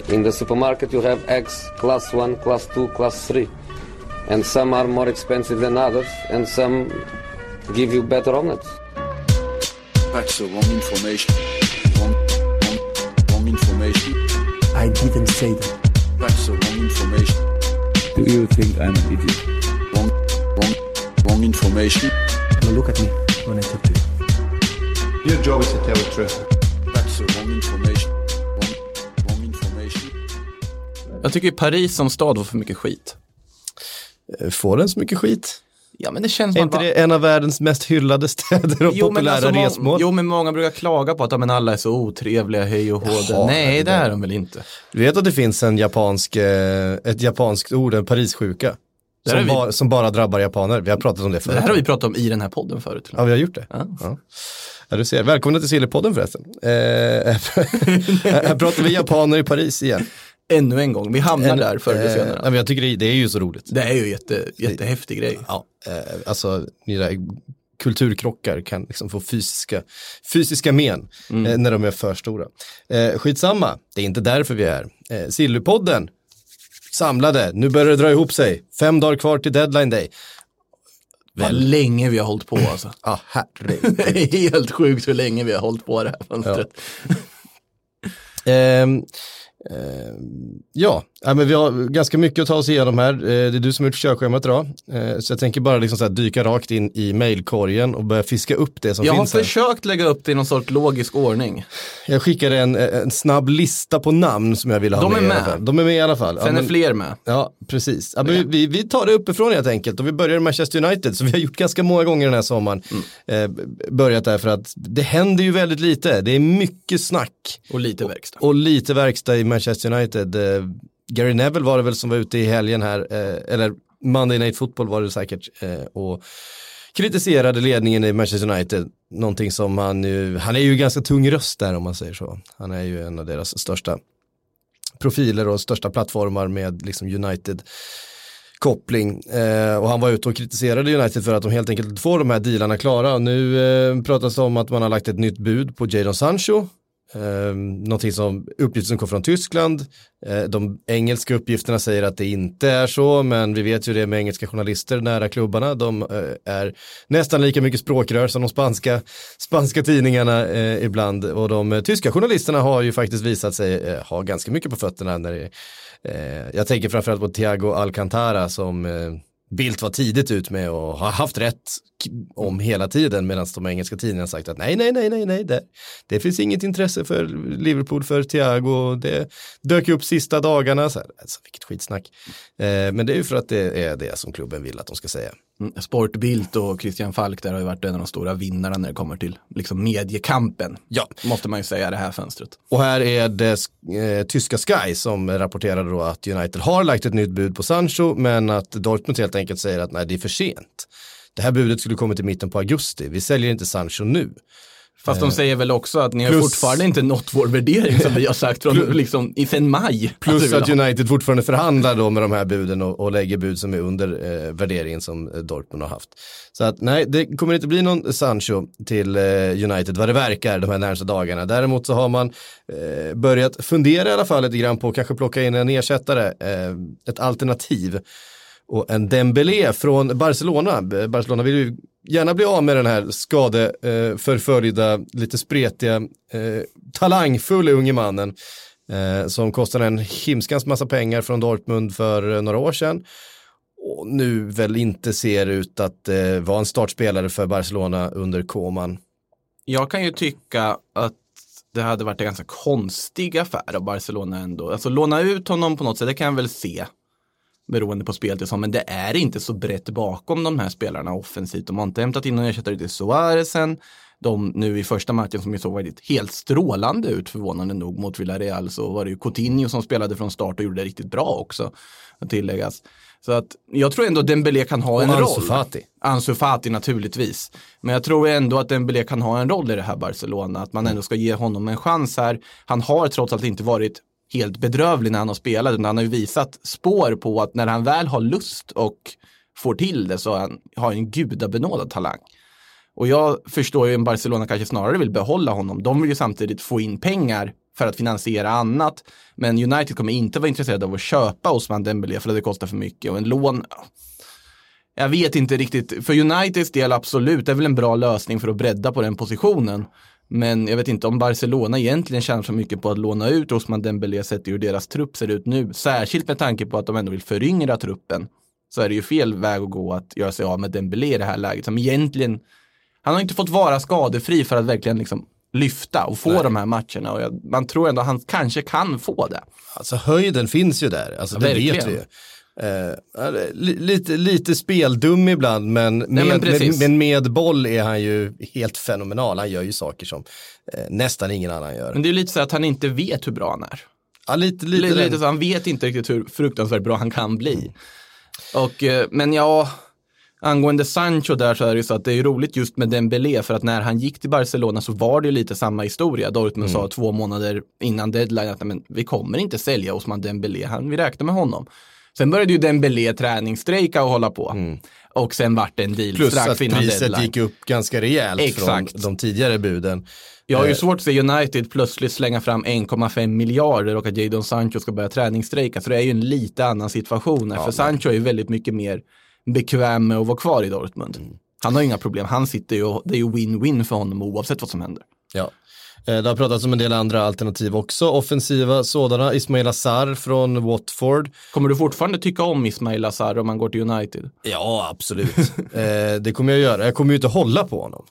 In the supermarket you have eggs class 1, class 2, class 3. And some are more expensive than others, and some give you better omelets. That's the wrong information. Wrong information. I didn't say that. That's the wrong information. Do you think I'm an idiot? Wrong information. Now look at me when I talk to you. Your job is to tell the truth. That's the wrong information. Wrong information. Jag tycker Paris som stad var för mycket skit. Får den så mycket skit? Ja, men det känns är inte det en av världens mest hyllade städer och populära resmål? Jo, men många brukar klaga på att men alla är så otrevliga, hej och hårda. Nej, det är de väl inte. Du vet att det finns ett japanskt ord, en Parissjuka, som bara drabbar japaner. Vi har pratat om det förut. Det här har vi pratat om i den här podden förut. Ja, vi har gjort det. Ja, du ser. Välkomna till Sillypodden förresten. Här pratar vi japaner i Paris igen. Ännu en gång, vi hamnar där förr eller senare. Men jag tycker det är ju så roligt. Det är ju jättehäftig grej. Ja, alltså kulturkrockar kan liksom få fysiska men när de är för stora. Skitsamma, det är inte därför vi är här. Sillypodden samlade, nu börjar det dra ihop sig. 5 dagar kvar till deadline day. Vad länge vi har hållit på alltså. Ja, herregud. Det är helt sjukt hur länge vi har hållit på det här fönstret. Ja. Men vi har ganska mycket att ta oss igenom här. Det är du som har gjort körschemat idag. Så jag tänker bara liksom så här dyka rakt in i mailkorgen och börja fiska upp det som finns här. Jag har försökt lägga upp det i någon sorts logisk ordning. Jag skickade en snabb lista på namn som jag ville ha med. De är med i alla fall. Sen är fler med. Ja, precis. Ja, men vi tar det uppifrån helt enkelt. Och vi börjar i Manchester United, som vi har gjort ganska många gånger den här sommaren. Börjat där för att det händer ju väldigt lite. Det är mycket snack. Och lite verkstad. Och lite verkstad i Manchester United. Gary Neville var det väl som var ute i helgen här, eller Monday Night Football var det säkert, och kritiserade ledningen i Manchester United. Någonting som han är ju ganska tung röst där, om man säger så. Han är ju en av deras största profiler och största plattformar med liksom United-koppling. Och han var ute och kritiserade United för att de helt enkelt får de här dealarna klara. Och nu pratas det om att man har lagt ett nytt bud på Jadon Sancho. Någonting som uppgifter som kom från Tyskland. De engelska uppgifterna säger att det inte är så, men vi vet ju det med engelska journalister nära klubbarna. De är nästan lika mycket språkrör som de spanska tidningarna ibland, och de tyska journalisterna har ju faktiskt visat sig ha ganska mycket på fötterna när jag tänker framförallt på Thiago Alcantara som Bildt var tidigt ut med och har haft rätt om hela tiden, medan de engelska tidningarna har sagt att nej, det finns inget intresse för Liverpool för Thiago. Det dök upp sista dagarna. Så här, alltså, vilket skitsnack. Men det är ju för att det är det som klubben vill att de ska säga. Sportbild och Christian Falk där har ju varit en av de stora vinnarna när det kommer till liksom mediekampen. Ja, måste man ju säga det här fönstret. Och här är det tyska Sky som rapporterade då att United har lagt ett nytt bud på Sancho, men att Dortmund helt enkelt säger att nej, det är för sent. Det här budet skulle komma till mitten på augusti. Vi säljer inte Sancho nu. Fast de säger väl också att ni har fortfarande inte nått vår värdering som vi har sagt från liksom sen maj. Plus att United fortfarande förhandlar då med de här buden och lägger bud som är under värderingen som Dortmund har haft. Så att nej, det kommer inte bli någon Sancho till United vad det verkar de här närmaste dagarna. Däremot så har man börjat fundera i alla fall lite grann på att kanske plocka in en ersättare, ett alternativ. Och en Dembélé från Barcelona. Barcelona vill ju gärna bli av med den här skadeförföljda, lite spretiga, talangfulla unge mannen som kostade en himskans massa pengar från Dortmund för några år sedan. Och nu väl inte ser ut att vara en startspelare för Barcelona under Koeman. Jag kan ju tycka att det hade varit en ganska konstig affär av Barcelona ändå. Alltså låna ut honom på något sätt, det kan jag väl se. Beroende på spelet, men det är inte så brett bakom de här spelarna offensivt. De har inte hämtat in och ersättare till Suárez. De nu i första matchen som ju såg väldigt helt strålande ut, förvånande nog, mot Villarreal, så var det ju Coutinho som spelade från start och gjorde det riktigt bra också, att tilläggas. Så att jag tror ändå att Dembélé kan ha en roll. Ansu Fati naturligtvis. Men jag tror ändå att Dembélé kan ha en roll i det här Barcelona. Att man ändå ska ge honom en chans här. Han har trots allt inte varit helt bedrövlig när han har spelat. Han har ju visat spår på att när han väl har lust och får till det så har han en gudabenådad talang. Och jag förstår ju att Barcelona kanske snarare vill behålla honom. De vill ju samtidigt få in pengar för att finansiera annat. Men United kommer inte vara intresserade av att köpa Ousmane Dembélé för att det kostar för mycket. Och en lån, jag vet inte riktigt. För Uniteds del absolut, det är väl en bra lösning för att bredda på den positionen. Men jag vet inte om Barcelona egentligen tjänar så mycket på att låna ut Ousmane Dembélé sett hur deras trupp ser ut nu. Särskilt med tanke på att de ändå vill föryngra truppen. Så är det ju fel väg att gå att göra sig av med Dembélé i det här läget. Som egentligen, han har inte fått vara skadefri för att verkligen liksom lyfta och få de här matcherna. Och man tror ändå att han kanske kan få det. Alltså höjden finns ju där, alltså det verkligen. vet vi ju. Lite speldum ibland, men med boll är han ju helt fenomenal. Han gör ju saker som nästan ingen annan gör. Men det är ju lite så att han inte vet hur bra han är. Ja, lite så han vet inte riktigt hur fruktansvärt bra han kan bli. Och, men angående Sancho där så är det ju så att det är roligt just med Dembélé, för att när han gick till Barcelona så var det ju lite samma historia. Dortmund sa 2 månader innan deadline att men, vi kommer inte sälja Ousmane Dembélé, vi räknar med honom. Sen började ju Dembélé träningsstrejka och hålla på. Och sen vart det en deal plus strax innan priset deadline. gick upp ganska rejält. Exakt. Från de tidigare buden. Jag har ju svårt att se United plötsligt slänga fram 1,5 miljarder och att Jadon Sancho ska börja träningsstrejka. Så det är ju en lite annan situation. För Sancho är ju väldigt mycket mer bekväm med att vara kvar i Dortmund. Han har ju inga problem. Han sitter ju, det är ju win-win för honom oavsett vad som händer. Ja. Det har pratats om en del andra alternativ också, offensiva sådana. Ismail Assar från Watford. Kommer du fortfarande tycka om Ismail Assar om man går till United? Ja, absolut. Det kommer jag göra. Jag kommer ju inte hålla på honom.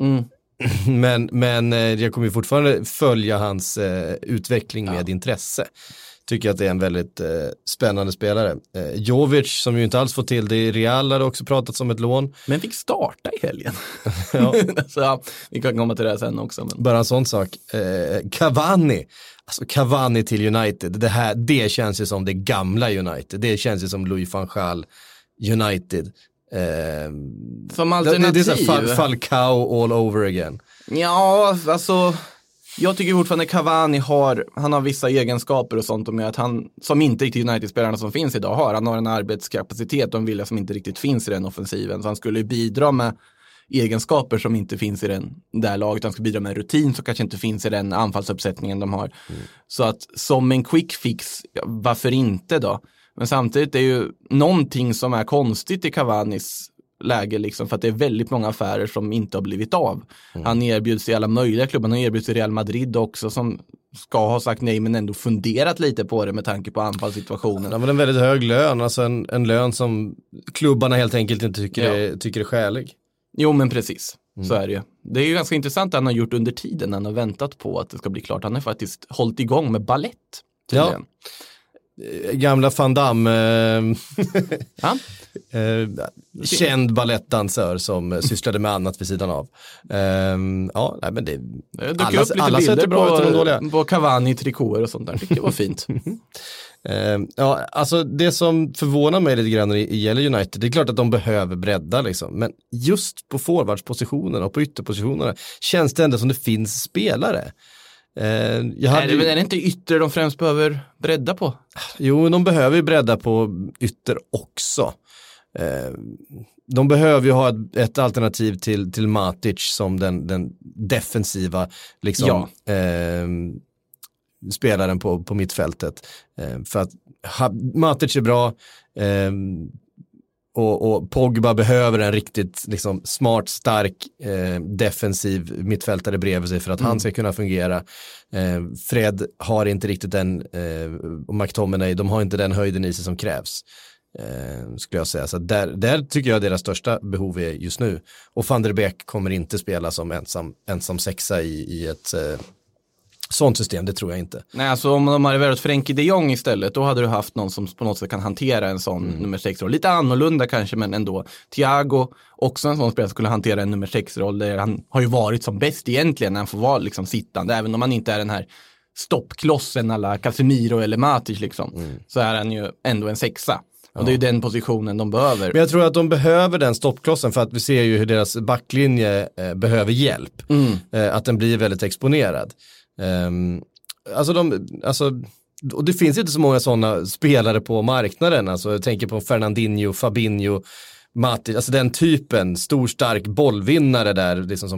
Men jag kommer ju fortfarande följa hans utveckling med intresse. Tycker att det är en väldigt spännande spelare. Jovic som ju inte alls får till det i Real hade också pratats om ett lån. Men fick starta i helgen. Ja. Så vi kan komma till det sen också. Men. Bara en sån sak. Cavani. Alltså Cavani till United. Det känns ju som det gamla United. Det känns ju som Louis van Gaal United. Som alternativ. Det är så Falcao all over again. Ja, alltså... Jag tycker fortfarande Cavani har vissa egenskaper och sånt att han, som inte riktigt United-spelarna som finns idag har. Han har en arbetskapacitet och en vilja som inte riktigt finns i den offensiven. Så han skulle bidra med egenskaper som inte finns i den där laget. Han skulle bidra med en rutin som kanske inte finns i den anfallsuppsättningen de har. Så att som en quick fix, varför inte då? Men samtidigt är ju någonting som är konstigt i Cavanis läge liksom, för att det är väldigt många affärer som inte har blivit av. Han erbjuds i alla möjliga klubbar, han erbjuds i Real Madrid också som ska ha sagt nej men ändå funderat lite på det med tanke på anfallssituationen. Han har en väldigt hög lön, alltså en lön som klubbarna helt enkelt inte tycker är skälig. Jo men precis, så är det ju. Det är ju ganska intressant att han har gjort under tiden han har väntat på att det ska bli klart. Han har faktiskt hållit igång med ballett tydligen. Ja. Gamla Van Damme känd ballettdansör som sysslade med annat vid sidan av. Ja, nej, men det dök upp lite bilder på Cavani-trikåer och sånt där. Det var fint. Ja, alltså det som förvånar mig lite grann när det gäller United, det är klart att de behöver bredda liksom, men just på forwardspositionerna och på ytterpositionerna känns det ändå som det finns spelare. Är det inte ytter de främst behöver bredda på? Jo, de behöver ju bredda på ytter också. De behöver ju ha ett alternativ till Matic som den defensiva liksom, spelaren på mittfältet. För att Matic är bra och Pogba behöver en riktigt liksom, smart, stark defensiv mittfältare bredvid sig för att han ska kunna fungera. Fred har inte riktigt den och McTominay, de har inte den höjden i sig som krävs. Skulle jag säga. Så där tycker jag deras största behov är just nu. Och Van der Beek kommer inte spela som ensam sexa i ett sånt system, det tror jag inte. Nej, alltså om de hade varit Frenkie de Jong istället, då hade du haft någon som på något sätt kan hantera en sån nummer 6-roll. Lite annorlunda kanske, men ändå. Thiago, också en sån spelare som skulle hantera en nummer 6-roll. Han har ju varit som bäst egentligen när han får vara liksom sittande, även om han inte är den här stoppklossen alla Casemiro eller Matic liksom. Så är han ju ändå en sexa. Och det är ju den positionen de behöver. Men jag tror att de behöver den stoppklossen för att vi ser ju hur deras backlinje behöver hjälp. Att den blir väldigt exponerad. Och det finns inte så många sådana spelare på marknaden. Alltså jag tänker på Fernandinho, Fabinho, Matic, alltså den typen, stor stark bollvinnare där liksom som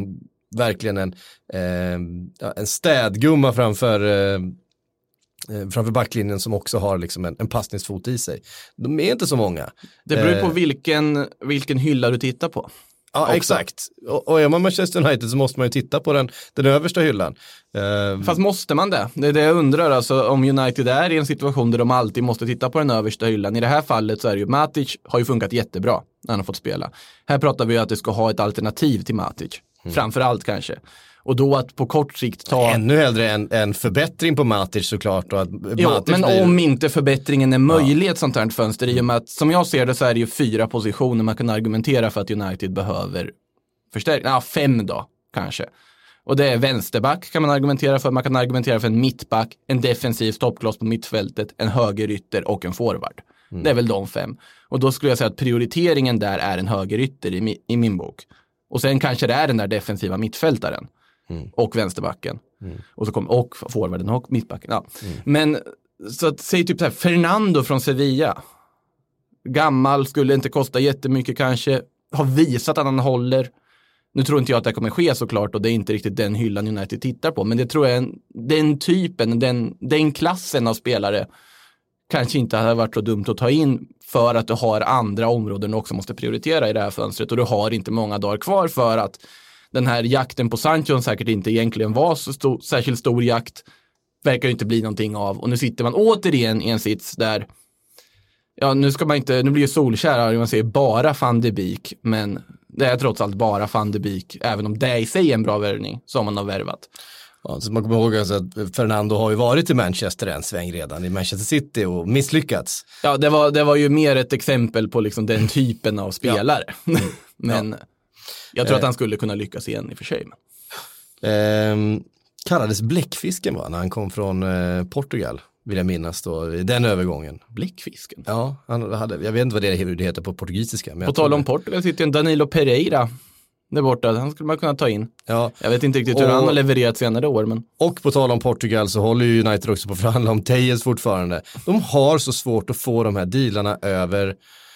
verkligen en städgumma framför backlinjen som också har liksom en passningsfot i sig. De är inte så många. Det beror på vilken hylla du tittar på. Ja, också. Exakt. Och är man Manchester United så måste man ju titta på den översta hyllan. Fast måste man det? Det är det jag undrar. Alltså, om United är i en situation där de alltid måste titta på den översta hyllan. I det här fallet så är det ju Matic har ju funkat jättebra när han har fått spela. Här pratar vi ju att det ska ha ett alternativ till Matic. Framförallt kanske. Och då att på kort sikt ta... Ännu hellre en förbättring på Matic såklart. Och att men om inte förbättringen är möjlig ett sånt här fönster, i och med att som jag ser det så är det ju 4 positioner man kan argumentera för att United behöver förstärkning. 5 då, kanske. Och det är vänsterback kan man argumentera för. Man kan argumentera för en mittback, en defensiv stoppkloss på mittfältet, en högerytter och en forward. Det är väl de 5. Och då skulle jag säga att prioriteringen där är en högerytter i min bok. Och sen kanske det är den där defensiva mittfältaren. Och vänsterbacken. Och så och forwarden och mittbacken. Ja. Men så att säg typ så här, Fernando från Sevilla. Gammal, skulle inte kosta jättemycket kanske. Har visat att han håller. Nu tror inte jag att det kommer ske såklart, och det är inte riktigt den hyllan United tittar på. Men det tror jag den typen, den klassen av spelare kanske inte hade varit så dumt att ta in, för att du har andra områden du också måste prioritera i det här fönstret. Och du har inte många dagar kvar, för att den här jakten på Sancho säkert inte egentligen var så särskilt stor jakt. Verkar ju inte bli någonting av. Och nu sitter man återigen i en sits där, ja, nu blir ju Solskär, man säger bara Van de Beek, men det är trots allt bara Van de Beek, även om det i sig är en bra värvning som man har värvat. Ja, så man kommer ihåg att Fernando har ju varit i Manchester en sväng redan, i Manchester City, och misslyckats. Ja, det var ju mer ett exempel på liksom den typen av spelare. Ja. Men jag tror att han skulle kunna lyckas igen i och för sig. Kallades bläckfisken när han kom från Portugal, vill jag minnas då, i den övergången. Bläckfisken? Ja, jag vet inte vad det heter på portugisiska. Men på tal om Portugal sitter en Danilo Pereira där borta, han skulle man kunna ta in. Ja. Jag vet inte riktigt hur han har levererat senare år. Men... Och på tal om Portugal så håller ju United också på att förhandla om Tejes fortfarande. De har så svårt att få de här dealarna över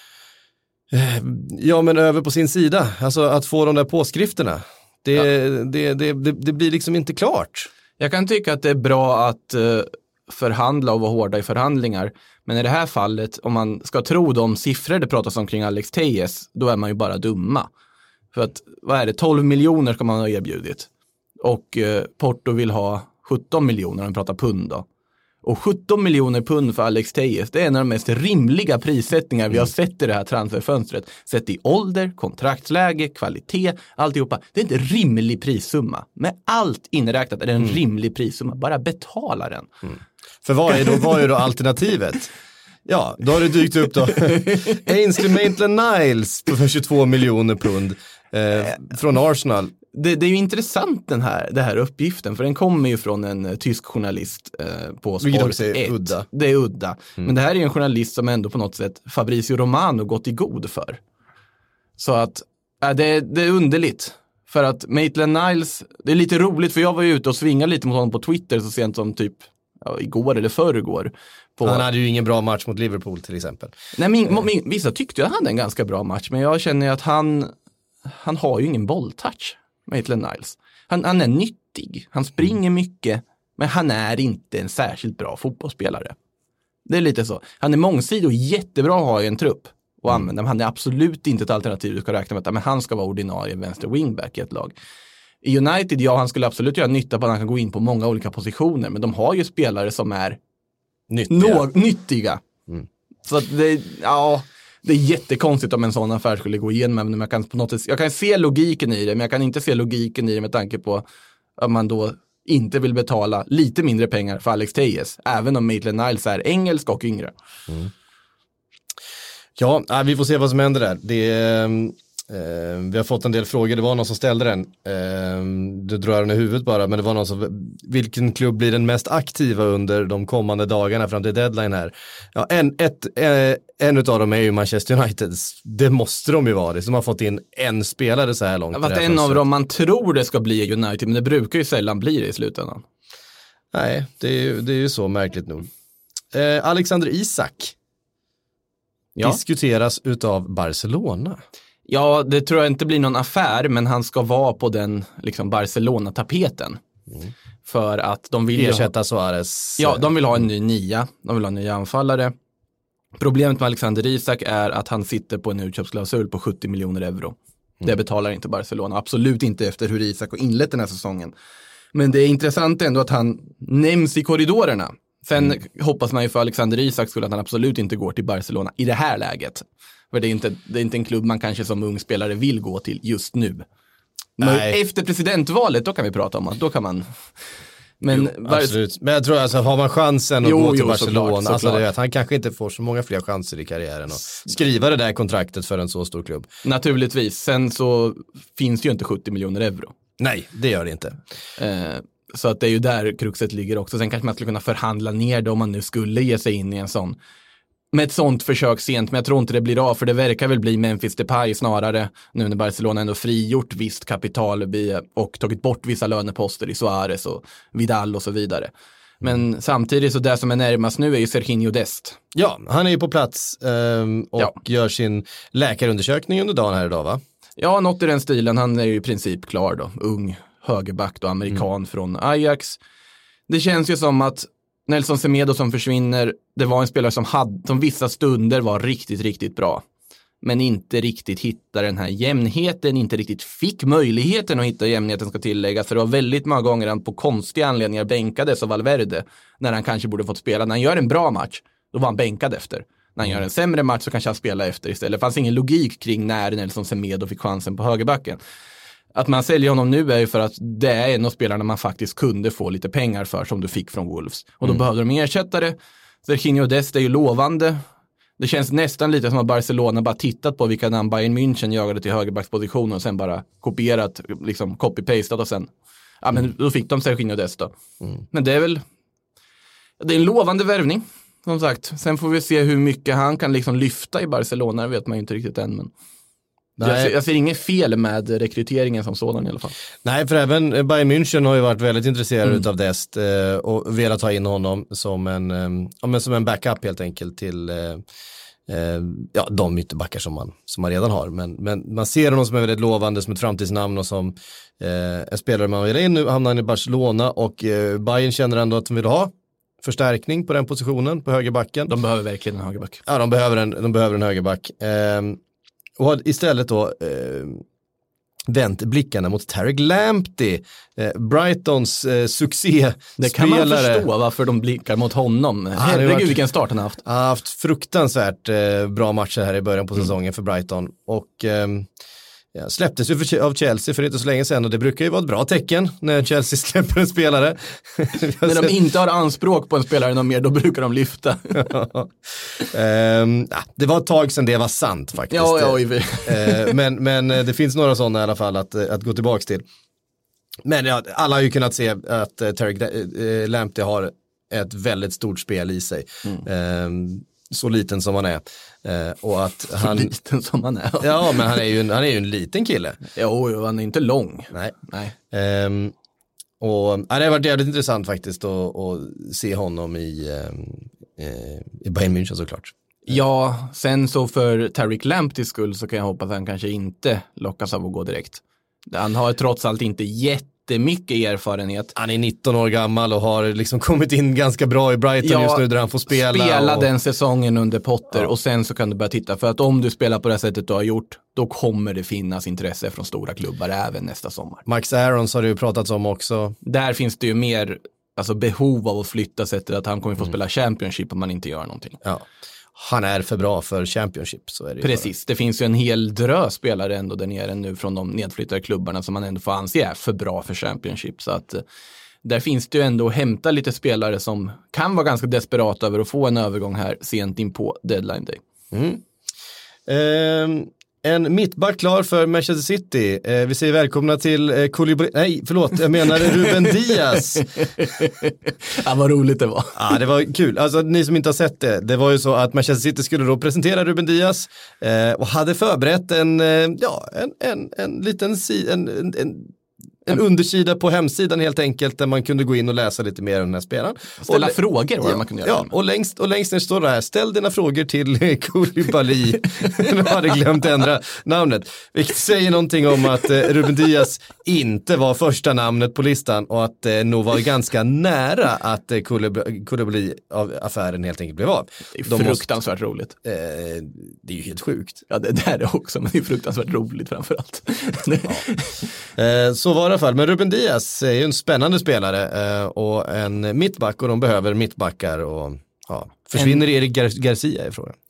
på sin sida. Alltså att få de där påskrifterna. Det blir liksom inte klart. Jag kan tycka att det är bra att förhandla och vara hårda i förhandlingar. Men i det här fallet, om man ska tro de siffror det pratas om kring Alex Tejes, då är man ju bara dumma. För att, 12 miljoner ska man ha erbjudit. Och Porto vill ha 17 miljoner, om man pratar pund då. Och 17 miljoner pund för Alex Tejes, det är en av de mest rimliga prissättningar vi har sett i det här transferfönstret. Sett i ålder, kontraktsläge, kvalitet, alltihopa. Det är inte en rimlig prissumma. Med allt inräknat är det en rimlig prissumma. Bara betala den. För vad är då alternativet? Ja, då har det dykt upp då. Ainsley Maitland-Niles på 22 miljoner pund från Arsenal. Det är ju intressant den här uppgiften, för den kommer ju från en tysk journalist på Sport 1. Udda. Det är udda. Men det här är ju en journalist som ändå på något sätt Fabrizio Romano gått i god för. Så att det är underligt. För att Maitland-Niles, det är lite roligt, för jag var ju ute och svingade lite mot honom på Twitter så sent som typ igår eller förrgår. Han hade ju ingen bra match mot Liverpool till exempel. Nej, vissa tyckte att han hade en ganska bra match, men jag känner att han har ju ingen bolltouch, Maitland-Niles. Han är nyttig, han springer mycket, men han är inte en särskilt bra fotbollsspelare. Det är lite så. Han är mångsidig och jättebra att ha i en trupp och använda, men han är absolut inte ett alternativ du ska räkna med att han ska vara ordinarie vänster wingback i ett lag. I United, han skulle absolut göra nytta på att han kan gå in på många olika positioner, men de har ju spelare som är nyttiga. Så att det är jättekonstigt om en sån affär skulle gå igenom, men jag kan se logiken i det, men jag kan inte se logiken i det med tanke på att man då inte vill betala lite mindre pengar för Alex Tejes, även om Maitland-Niles är engelsk och yngre. Ja, vi får se vad som händer där. Vi har fått en del frågor, det var någon som ställde den, du drar den i huvudet bara, men det var någon som, vilken klubb blir den mest aktiva under de kommande dagarna fram till deadline här? Ja, en utav dem är ju Manchester United, det måste de ju vara, det som har fått in en spelare så här långt. Ja, en av dem man tror det ska bli United, men det brukar ju sällan bli det i slutändan. Nej, det är ju så märkligt nog. Alexander Isak diskuteras utav Barcelona. Ja, det tror jag inte blir någon affär, men han ska vara på den liksom Barcelona-tapeten. För att de vill ersätta Suarez. Ja, de vill ha en ny nia. De vill ha en ny anfallare. Problemet med Alexander Isak är att han sitter på en utköpsklausul på 70 miljoner euro. Det betalar inte Barcelona. Absolut inte efter hur Isak har inlett den här säsongen. Men det är intressant ändå att han nämns i korridorerna. Sen hoppas man ju för Alexander Isak skulle att han absolut inte går till Barcelona i det här läget. För det är inte en klubb man kanske som ung spelare vill gå till just nu. Nej. Efter presidentvalet, då kan vi prata om att då kan man... Men, absolut. Men jag tror alltså, har man chansen att gå till Barcelona, såklart. alltså det är att han kanske inte får så många fler chanser i karriären och skriva det där kontraktet för en så stor klubb. Naturligtvis. Sen så finns ju inte 70 miljoner euro. Nej, det gör det inte. Så att det är ju där kruxet ligger också. Sen kanske man skulle kunna förhandla ner det om man nu skulle ge sig in i en sån. Med ett sånt försök sent, men jag tror inte det blir av, för det verkar väl bli Memphis Depay snarare, nu när Barcelona ändå frigjort visst kapital och tagit bort vissa löneposter i Suarez och Vidal och så vidare. Men samtidigt så det som är närmast nu är ju Serginho Dest. Ja, han är ju på plats och gör sin läkarundersökning under dagen här idag, va? Ja, något i den stilen. Han är ju i princip klar då. Ung högerback och amerikan från Ajax. Det känns ju som att Nelson Semedo som försvinner, det var en spelare som vissa stunder var riktigt, riktigt bra. Men inte riktigt hittade den här jämnheten, inte riktigt fick möjligheten att hitta jämnheten, ska tilläggas. För det var väldigt många gånger han på konstiga anledningar bänkades av Valverde när han kanske borde fått spela. När han gör en bra match, då var han bänkad efter. När han gör en sämre match så kanske han spelar efter istället. Det fanns ingen logik kring när Nelson Semedo fick chansen på högerbacken. Att man säljer honom nu är ju för att det är en av spelarna man faktiskt kunde få lite pengar för som du fick från Wolves. Och då behövde de ersättare. Serginho Dest är ju lovande. Det känns nästan lite som att Barcelona bara tittat på vilka namn Bayern München jagade till högerbackspositionen och sen bara kopierat, liksom copy-pastat och sen, ja men då fick de Serginho Dest då. Men det är väl, det är en lovande värvning som sagt. Sen får vi se hur mycket han kan liksom lyfta i Barcelona, det vet man ju inte riktigt än, men jag ser inget fel med rekryteringen som sådan i alla fall. Nej, för även Bayern München har ju varit väldigt intresserad utav Dest och velat ta in honom som en backup helt enkelt till de ytterbackar som man redan har. Men man ser honom som är väldigt lovande, som ett framtidsnamn och som en spelare man vill in. Nu hamnar han i Barcelona och Bayern känner ändå att de vill ha förstärkning på den positionen, på högerbacken. De behöver verkligen en högerback. Ja, de behöver en högerback. Och har istället då vänt blickarna mot Tariq Lamptey, Brightons succéspelare. Det kan man förstå varför de blickar mot honom. Herregud vilken start han har haft. Han har haft fruktansvärt bra matcher här i början på säsongen för Brighton. Och släpptes ju av Chelsea för inte så länge sedan och det brukar ju vara ett bra tecken när Chelsea släpper en spelare. När de inte har anspråk på en spelare någon mer, då brukar de lyfta. Det var ett tag sedan det var sant faktiskt. Men det finns några sådana i alla fall att gå tillbaka till. Men ja, alla har ju kunnat se att Tariq Lamptey har ett väldigt stort spel i sig. Så liten som han är. Och att han... Så liten som han är. Ja, men han är ju en liten kille. Jo, han är inte lång. Nej. Och det har varit jävligt intressant faktiskt att se honom i Bayern München såklart. Ja, sen så för Tariq Lampteys skull så kan jag hoppas att han kanske inte lockas av att gå direkt. Han har trots allt inte jättemycket erfarenhet. Han är 19 år gammal och har liksom kommit in ganska bra i Brighton just nu där han får spela. Den säsongen under Potter och sen så kan du börja titta. För att om du spelar på det sättet du har gjort, då kommer det finnas intresse från stora klubbar även nästa sommar. Max Aarons har det ju pratats om också. Där finns det ju mer behov av att flytta sig till att han kommer få spela Championship om man inte gör någonting. Ja. Han är för bra för Championship, så är det. Precis, det finns ju en hel drös spelare ändå där nere nu från de nedflyttade klubbarna som man ändå får anse är för bra för Championship. Så att där finns det ju ändå att hämta lite spelare som kan vara ganska desperata över att få en övergång här sent in på deadline day. En mittback klar för Manchester City. Vi säger välkomna till Ruben Diaz. Ja, vad roligt det var. Ja, det var kul. Alltså ni som inte har sett det. Det var ju så att Manchester City skulle då presentera Ruben Diaz och hade förberett en liten En undersida på hemsidan helt enkelt där man kunde gå in och läsa lite mer om den här spelaren. Ställa frågor var det man kunde göra. Ja, och längst ner står det här, ställ dina frågor till Koulibaly. Nu hade glömt ändra namnet. Vilket säger någonting om att Ruben Diaz inte var första namnet på listan och att nog var ganska nära att Koulibaly av affären helt enkelt blev av. Det är fruktansvärt roligt. Det är ju helt sjukt. Ja, det där är också, men det är fruktansvärt roligt framförallt. Så var det i alla fall. Men Ruben Diaz är ju en spännande spelare och en mittback och de behöver mittbackar och försvinner Eric Garcia i frågan.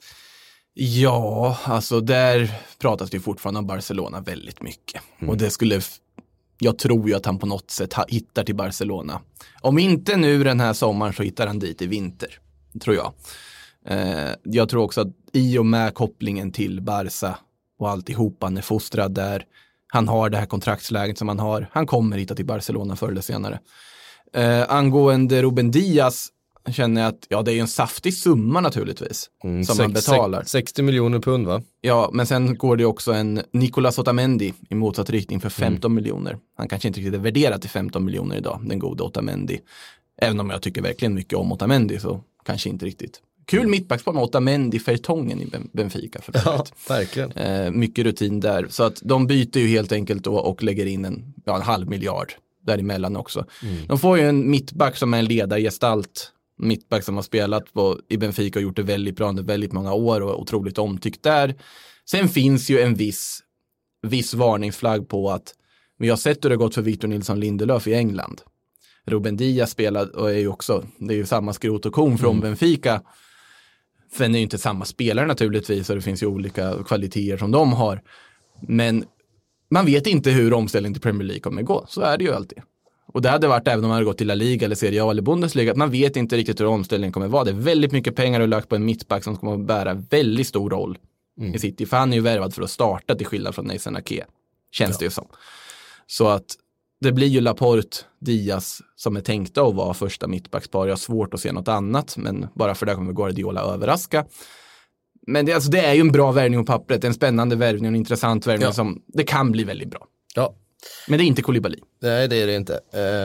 Ja, alltså där pratas det ju fortfarande om Barcelona väldigt mycket. Och det skulle, jag tror ju att han på något sätt hittar till Barcelona. Om inte nu den här sommaren så hittar han dit i vinter, tror jag. Jag tror också att i och med kopplingen till Barca och alltihopa, han är fostrad där. Han har det här kontraktsläget som han har. Han kommer hitta till Barcelona förr eller senare. Angående Ruben Diaz känner jag att det är en saftig summa naturligtvis som man betalar. 60 miljoner pund va? Ja, men sen går det också en Nicolas Otamendi i motsatt riktning för 15 miljoner. Han kanske inte riktigt är värderad till 15 miljoner idag, den gode Otamendi. Även om jag tycker verkligen mycket om Otamendi så kanske inte riktigt. Kul mittbackspar med Otamendi, Fertongen i Benfica. Ja, verkligen. Mycket rutin där. Så att de byter ju helt enkelt då och lägger in en halv miljard däremellan också. De får ju en mittback som är en ledargestalt. Mittback som har spelat i Benfica och gjort det väldigt bra under väldigt många år och otroligt omtyckt där. Sen finns ju en viss varningsflagg på att vi har sett hur det har gått för Victor Nilsson Lindelöf i England. Ruben Diaz spelade och är ju också, det är ju samma skrot och korn från Benfica. Sen är ju inte samma spelare naturligtvis och det finns ju olika kvaliteter som de har. Men man vet inte hur omställningen till Premier League kommer gå. Så är det ju alltid. Och det hade varit även om man hade gått till La Liga eller Serie A eller Bundesliga. Att man vet inte riktigt hur omställningen kommer vara. Det är väldigt mycket pengar och lagt på en mittback som kommer att bära väldigt stor roll i City. För han är ju värvad för att starta till skillnad från Nathan Ake. Känns det ju som. Så att det blir ju Laporte, Diaz som är tänkta att vara första mittbackspar. Jag har svårt att se något annat, men bara för det kommer Guardiola överraska. Men det är ju en bra värvning på pappret, en spännande värvning, en intressant värvning som det kan bli väldigt bra. Ja. Men det är inte Koulibaly. Nej, det är det inte.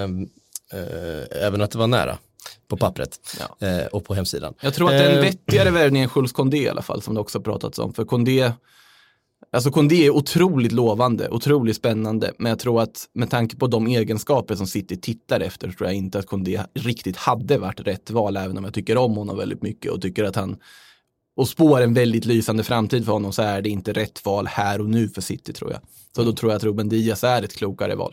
Även att det var nära på pappret och på hemsidan. Jag tror att det är en vettigare värvning än Jules Koundé i alla fall, som det också pratats om. För Koundé är otroligt lovande, otroligt spännande. Men jag tror att med tanke på de egenskaper som City tittar efter, så tror jag inte att Koundé riktigt hade varit rätt val, även om jag tycker om honom väldigt mycket och tycker att han och spår en väldigt lysande framtid för honom, så är det inte rätt val här och nu för City, tror jag. Så då tror jag att Ruben Diaz är ett klokare val.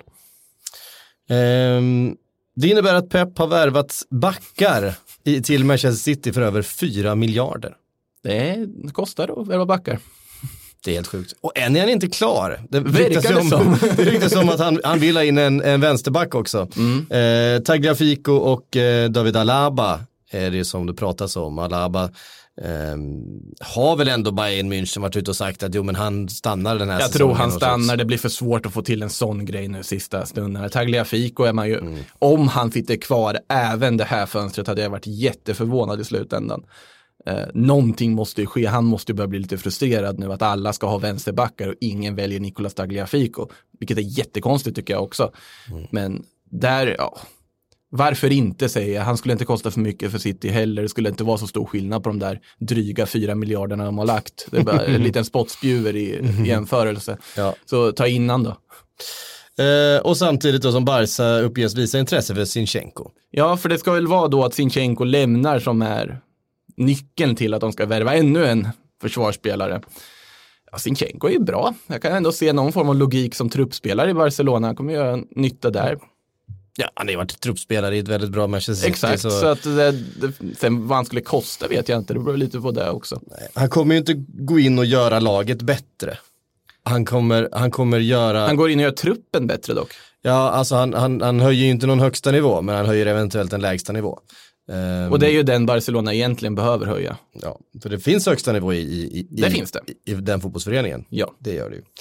Det innebär att Pep har värvat backar till Manchester City för över 4 miljarder. Det kostar att värva backar. Det är helt sjukt. Och än är han inte klar. Det ryktas som att han vill ha in en vänsterback också. Tagliafico och David Alaba är det som det pratas om. Alaba har väl ändå Bayern München varit ute och sagt att men han stannar den här säsongen. Jag tror han stannar, det blir för svårt att få till en sån grej nu sista stunden. Tagliafico är man ju, om han sitter kvar även det här fönstret, hade jag varit jätteförvånad i slutändan. Någonting måste ju ske, han måste ju börja bli lite frustrerad nu att alla ska ha vänsterbackar och ingen väljer Nicolas Tagliafico, vilket är jättekonstigt tycker jag också. Men där, varför inte, säger jag. Han skulle inte kosta för mycket för City heller. Det skulle inte vara så stor skillnad på de där dryga 4 miljarderna de har lagt. Det är bara en liten spottspjuver i jämförelse. Ja. Så ta innan då. Och samtidigt då som Barca uppges visa intresse för Zinchenko. Ja, för det ska väl vara då att Zinchenko lämnar som är nyckeln till att de ska värva ännu en försvarsspelare. Ja, Zinchenko är ju bra. Jag kan ändå se någon form av logik som truppspelare i Barcelona. Han kommer göra nytta där. Ja, han har ju varit truppspelare i ett väldigt bra Manchester City. Exakt, så att sen vad han skulle kosta vet jag inte. Det beror lite på det också. Nej, han kommer ju inte gå in och göra laget bättre. Han kommer göra... Han går in och gör truppen bättre dock. Ja, alltså han höjer ju inte någon högsta nivå, men han höjer eventuellt en lägsta nivå. Och det är ju den Barcelona egentligen behöver höja. Ja, för det finns högsta nivå finns det. I den fotbollsföreningen. Ja. Det gör det ju.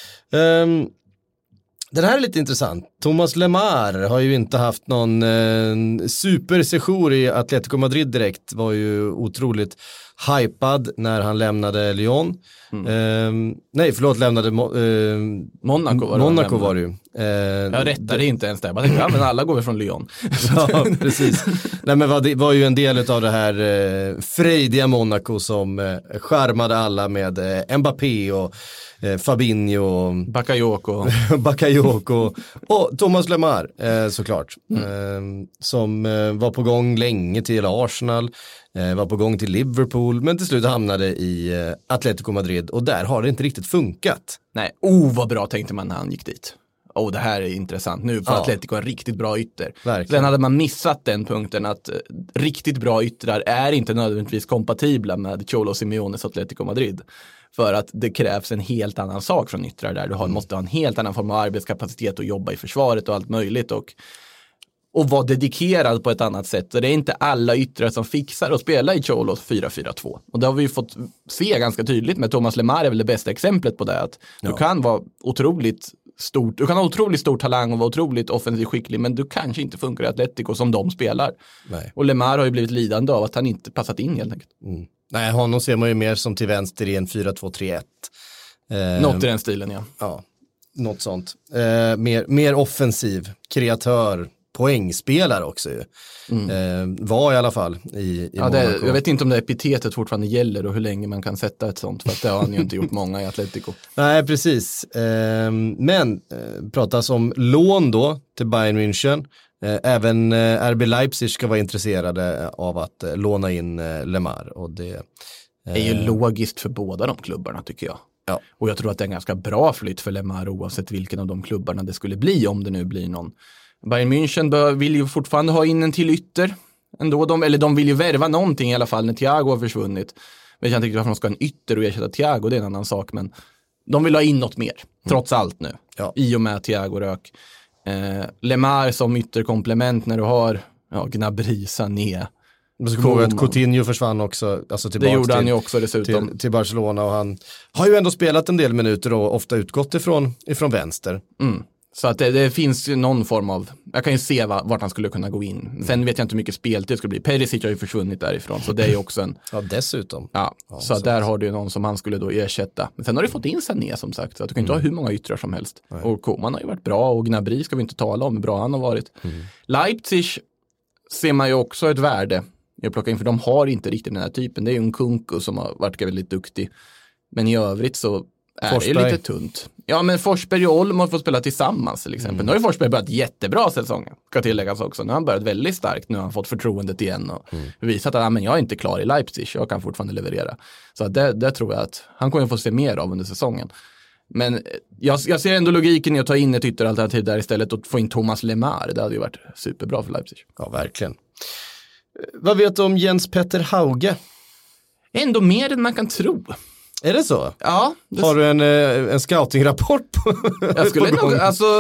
Den här är lite intressant. Thomas Lemar har ju inte haft någon supersession i Atletico Madrid direkt. Var ju otroligt hypad när han lämnade Lyon. Lämnade Monaco var det ju. Jag rättade inte ens där. Jag tänkte, men alla går väl från Lyon. Ja, precis. Nej, men det var ju en del av det här frejdiga Monaco som charmade alla med Mbappé och Fabinho, Bakayoko och Thomas Lemar såklart. Som var på gång länge till Arsenal, var på gång till Liverpool, men till slut hamnade i Atletico Madrid och där har det inte riktigt funkat. Nej, vad bra tänkte man när han gick dit. Det här är intressant. Nu får Atletico en riktigt bra ytter. Verkligen. Sen hade man missat den punkten att riktigt bra yttrar är inte nödvändigtvis kompatibla med Cholo Simeones Atletico Madrid. För att det krävs en helt annan sak från yttrar där. Du måste ha en helt annan form av arbetskapacitet och jobba i försvaret och allt möjligt och vara dedikerad på ett annat sätt. Och det är inte alla yttrar som fixar att spela i Cholos 4-4-2. Och det har vi ju fått se ganska tydligt med Thomas Lemar är väl det bästa exemplet på det. Att du kan vara otroligt stort, du kan ha otroligt stor talang och vara otroligt offensivt skicklig, men du kanske inte funkar i Atletico som de spelar. Nej. Och Lemar har ju blivit lidande av att han inte passat in helt enkelt. Nej, honom ser man ju mer som till vänster i en 4-2-3-1. Något i den stilen, ja. Ja, något sånt. Mer offensiv, kreatör, poängspelare också ju. Var i alla fall i Monaco. Jag vet inte om det epitetet fortfarande gäller och hur länge man kan sätta ett sånt, för att det har han ju inte gjort många i Atletico. Nej, precis. Men pratas om lån då till Bayern München. Även RB Leipzig ska vara intresserade av att låna in Lemar. Och det är ju logiskt för båda de klubbarna tycker jag. Ja. Och jag tror att det är en ganska bra flytt för Lemar oavsett vilken av de klubbarna det skulle bli, om det nu blir någon. Bayern München vill ju fortfarande ha in en till ytter. Ändå de vill ju värva någonting i alla fall när Thiago har försvunnit. Vet jag inte riktigt varför de ska ha en ytter och ersätta Thiago, det är en annan sak. Men de vill ha in något mer, trots allt nu. Ja. I och med Thiago rök. Lemar som ytterkomplement när du har Gnabry, Sané. Man ska komma ihåg att Coutinho försvann också. Alltså det gjorde han ju också dessutom. Till Barcelona, och han har ju ändå spelat en del minuter och ofta utgått ifrån vänster. Så att det finns ju någon form av, jag kan ju se vart han skulle kunna gå in. Sen vet jag inte hur mycket speltid det skulle bli. Perisic har ju försvunnit därifrån, så det är ju också en... Ja, dessutom. Ja, så där har du ju någon som han skulle då ersätta. Men sen har du fått in Sané som sagt, så att du kan inte ha hur många yttrar som helst. Nej. Och Koman har ju varit bra, och Gnabry ska vi inte tala om hur bra han har varit. Leipzig ser man ju också ett värde att plocka in, för de har inte riktigt den här typen. Det är ju en Kunku som har varit väldigt duktig. Men i övrigt så är det lite tunt. Ja, men Forsberg och Olm har fått spela tillsammans till exempel. Nu har ju Forsberg börjat jättebra säsongen, ska tilläggas också. Nu har han börjat väldigt starkt. Nu har han fått förtroendet igen och visat att men jag är inte klar i Leipzig. Jag kan fortfarande leverera. Så det tror jag att han kommer få se mer av under säsongen. Men jag ser ändå logiken i att ta in ett ytteralternativ där istället och få in Thomas Lemar. Det hade ju varit superbra för Leipzig. Ja, verkligen. Vad vet du om Jens Petter Hauge? Ändå mer än man kan tro. Är det så? Ja. Har du en scouting-rapport på? Jag skulle nog,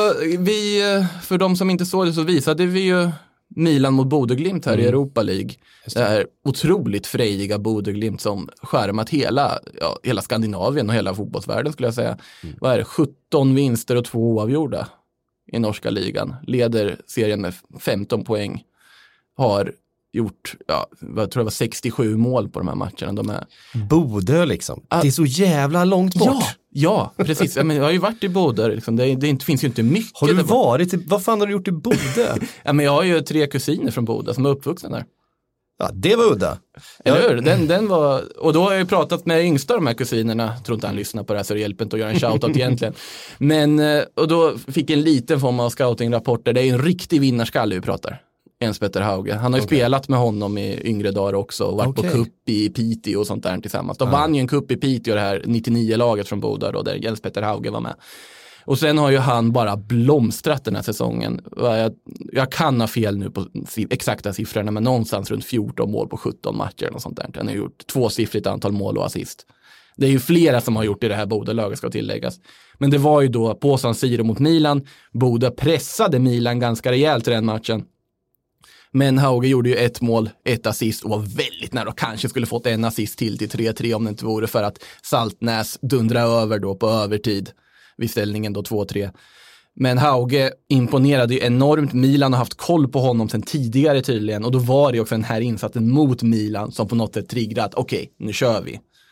för de som inte såg det så visade vi ju Milan mot Bodø/Glimt här i Europa League. Det här otroligt frejdiga Bodø/Glimt som skärmat hela Skandinavien och hela fotbollsvärlden skulle jag säga. Vad är det? 17 vinster och 2 oavgjorda i norska ligan. Leder serien med 15 poäng. Har gjort, jag tror det var 67 mål på de här matcherna. De är... Bodø liksom. Det är så jävla långt bort. Ja, precis. Jag har ju varit i Bodø. Liksom. Det finns ju inte mycket. Har du varit? Vad fan har du gjort i Bodø? Men jag har ju 3 kusiner från Bodø som är uppvuxna där. Ja, det var udda. Eller hur? Den var... Och då har jag ju pratat med yngsta de här kusinerna. Tror inte han lyssnar på det här, så det hjälper inte att göra en shoutout egentligen. Men, och då fick en liten form av scouting-rapport där det är en riktig vinnarskalle vi pratar. Jens Petter Hauge. Han har ju spelat med honom i yngre dagar också och varit på cup i Piteå och sånt där tillsammans. De vann ju en cup i Piteå, det här 99-laget från Bodø då, där Jens Petter Hauge var med. Och sen har ju han bara blomstrat den här säsongen. Jag kan ha fel nu på exakta siffrorna, men någonstans runt 14 mål på 17 matcher och sånt där. Han har gjort 2-siffrigt antal mål och assist. Det är ju flera som har gjort i det här Bodø-laget ska tilläggas. Men det var ju då på San Siro mot Milan. Bodø pressade Milan ganska rejält i den matchen. Men Hauge gjorde ju 1 mål, 1 assist och var väldigt nära och kanske skulle fått en assist till 3-3 om det inte vore för att Saltnäs dundra över då på övertid vid ställningen då 2-3. Men Hauge imponerade ju enormt. Milan har haft koll på honom sedan tidigare tydligen, och då var det också den här insatsen mot Milan som på något sätt triggrade att okej, nu kör vi.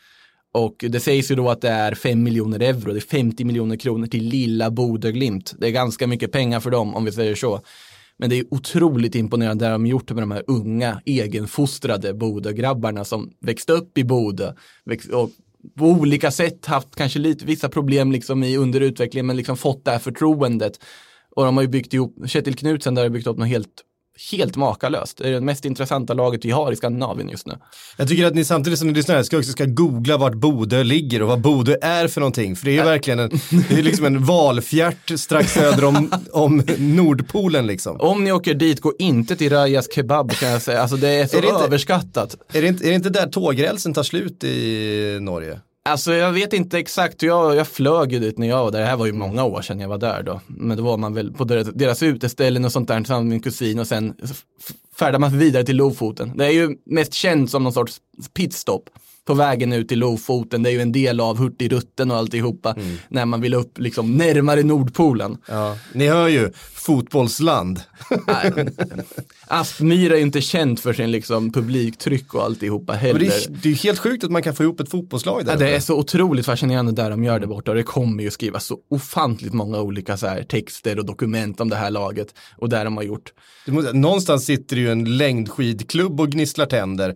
Och det sägs ju då att det är 5 miljoner euro, det är 50 miljoner kronor till lilla Bodø Glimt. Det är ganska mycket pengar för dem om vi säger så. Men det är otroligt imponerande det de gjort med de här unga, egenfostrade Bodø-grabbarna som växte upp i Bodø och på olika sätt haft kanske vissa problem liksom i underutvecklingen, men liksom fått det här förtroendet. Och de har ju byggt ihop, Kjetil Knutsen där har byggt upp något helt makalöst. Det är det mest intressanta laget vi har i Skandinavien just nu. Jag tycker att ni samtidigt som ni lyssnar ska googla vart Bodø ligger och vad Bodø är för någonting. För det är ju verkligen det är liksom en valfjärt strax söder om Nordpolen liksom. Om ni åker dit, gå inte till Rajas Kebab kan jag säga. Alltså det är så överskattat. Är det inte där tågrälsen tar slut i Norge? Alltså jag vet inte exakt, jag flög ju dit när jag var där, det här var ju många år sedan jag var där då, men då var man väl på deras uteställen och sånt där tillsammans med min kusin och sen färdar man vidare till Lofoten. Det är ju mest känt som någon sorts pitstop på vägen ut till Lofoten, det är ju en del av Hurtigruten och alltihopa när man vill upp liksom närmare Nordpolen. Ja, ni hör ju, fotbollsland. Aspmyra är ju inte känt för sin liksom publiktryck och alltihopa heller. Men det är ju helt sjukt att man kan få ihop ett fotbollslag där. Ja, det är så otroligt fascinerande där de gör det borta och det kommer ju skrivas så ofantligt många olika så här texter och dokument om det här laget och där de har gjort. Någonstans sitter ju en längdskidklubb och gnisslar tänder.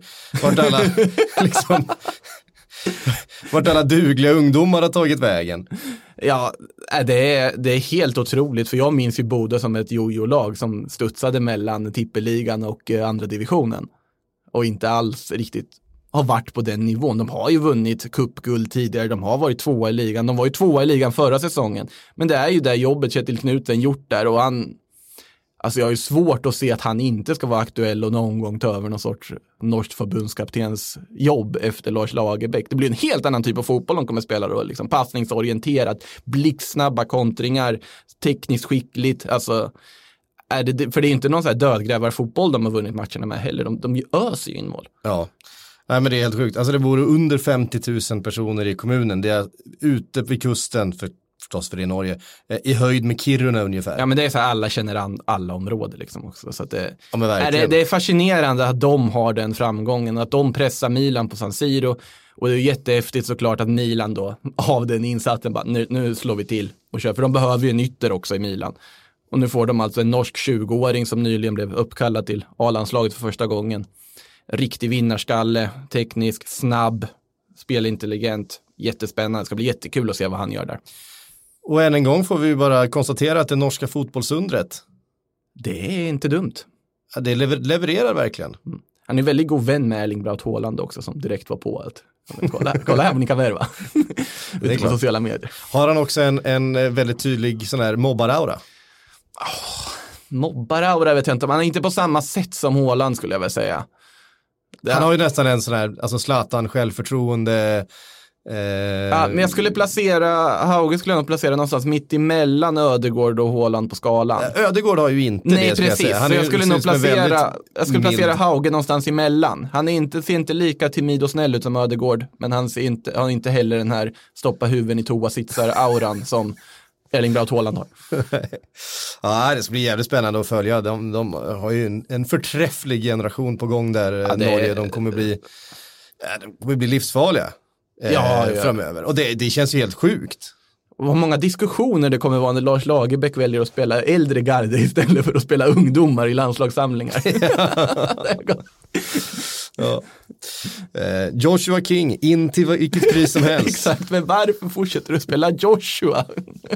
Vart alla dugliga ungdomar har tagit vägen. Ja, det är helt otroligt för jag minns ju Bodø som ett jojo-lag som studsade mellan tippeligan och andra divisionen och inte alls riktigt har varit på den nivån. De har ju vunnit cupguld tidigare, de har varit tvåa i ligan, de var ju tvåa i ligan förra säsongen, men det är ju det jobbet Kjetil Knutsen gjort där och alltså jag har ju svårt att se att han inte ska vara aktuell och någon gång ta över någon sorts norskt förbundskaptens jobb efter Lars Lagerbäck. Det blir en helt annan typ av fotboll de kommer spela då, liksom passningsorienterat, blixtsnabba kontringar, tekniskt skickligt, alltså för det är inte någon så här dödgrävarfotboll de har vunnit matcherna med heller, de öser ju in mål. Ja. Nej men det är helt sjukt, alltså det vore under 50 000 personer i kommunen, det är ute vid kusten förstås för det i Norge, i höjd med Kiruna ungefär. Ja men det är så här, alla känner alla områden liksom också. Så att det är är fascinerande att de har den framgången, att de pressar Milan på San Siro och det är jättehäftigt såklart att Milan då av den insatsen bara nu slår vi till och kör, för de behöver ju en ytter också i Milan. Och nu får de alltså en norsk 20-åring som nyligen blev uppkallad till A-landslaget för första gången. Riktig vinnarskalle, teknisk, snabb, spelintelligent, jättespännande. Det ska bli jättekul att se vad han gör där. Och än en gång får vi bara konstatera att det norska fotbollsundret, det är inte dumt. Ja, det levererar verkligen. Han är väldigt god vän med Erling Braut Haaland också som direkt var på att kolla här vad ni kan värva. Det är på sociala medier. Har han också en väldigt tydlig sån här mobbaraura? Mobbaraura vet jag inte, men han är inte på samma sätt som Haaland skulle jag väl säga. Han har ju nästan en sån här, alltså Zlatan, självförtroende. Ja, men jag skulle Hauge skulle nog placera någonstans mitt emellan Ödegård och Haaland på skalan. Ödegård har ju inte det. Nej, precis. Jag skulle nog placera Hauge någonstans emellan. Han ser inte lika timid och snäll ut som Ödegård, men han har inte heller den här stoppa huven i toa-sitsar-auran som Erling Braut Haaland har. Ja, det ska bli jävligt spännande att följa. De har ju en förträfflig generation på gång där, Norge. De kommer bli livsfarliga. Framöver. Och det känns ju helt sjukt. Vad många diskussioner det kommer vara när Lars Lagerbäck väljer att spela äldre garde istället för att spela ungdomar i landslagssamlingar. Ja. Joshua King, in till vilket pris som helst. Exakt, men varför fortsätter du spela Joshua?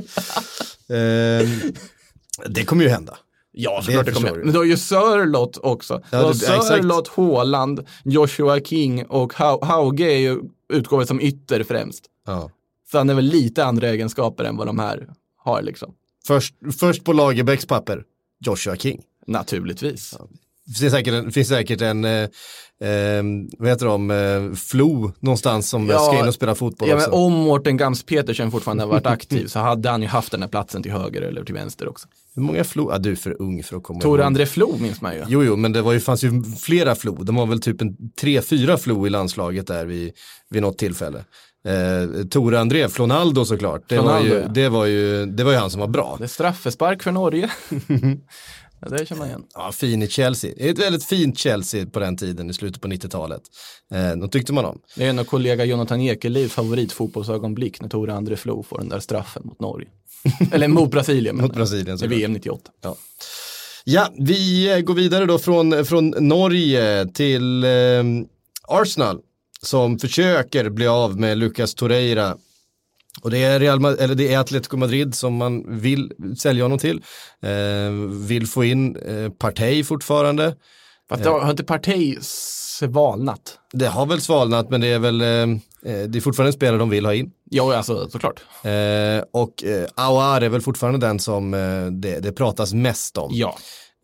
Det kommer ju hända. Ja, såklart det kommer. Men då är ju Sörlott också. Ja, Sörlott, Haaland, Joshua King och Hauge är ju utgåvan som ytter främst. Ja. Så han är väl lite andra egenskaper än vad de här har liksom. Först på Lagerbäcks papper, Joshua King. Naturligtvis. Ja. Det finns säkert en vad heter de, Flo någonstans som ska in och spela fotboll också. Men om Mårten Gams Petersen fortfarande har varit aktiv så hade han ju haft den här platsen till höger eller till vänster också. Hur många Flo? Du är för ung för att komma Tor André Flo minns man ju. Jo, men det fanns ju flera Flo. De var väl typ 3-4 Flo i landslaget där vid något tillfälle. Tor André, Flonaldo såklart. Det var ju han som var bra. Det är straffespark för Norge. Ja, det känner man igen. Ja, fin i Chelsea. Det är ett väldigt fint Chelsea på den tiden i slutet på 90-talet. De tyckte man om. Det är en av kollega Jonathan Ekelivs favoritfotbollsögonblick när Tore André Flo får den där straffen mot Norge. Eller mot Brasilien. Mot Brasilien. Det är VM 98. Ja. Ja, vi går vidare då från Norge till Arsenal som försöker bli av med Lucas Torreira. Och det är det är Atletico Madrid som man vill sälja honom till. Vill få in Partey fortfarande. Fast har inte Partey svalnat? Det har väl svalnat, men det är väl det är fortfarande en spelare de vill ha in. Ja, alltså såklart. Och Aouar är väl fortfarande den som det pratas mest om. Ja.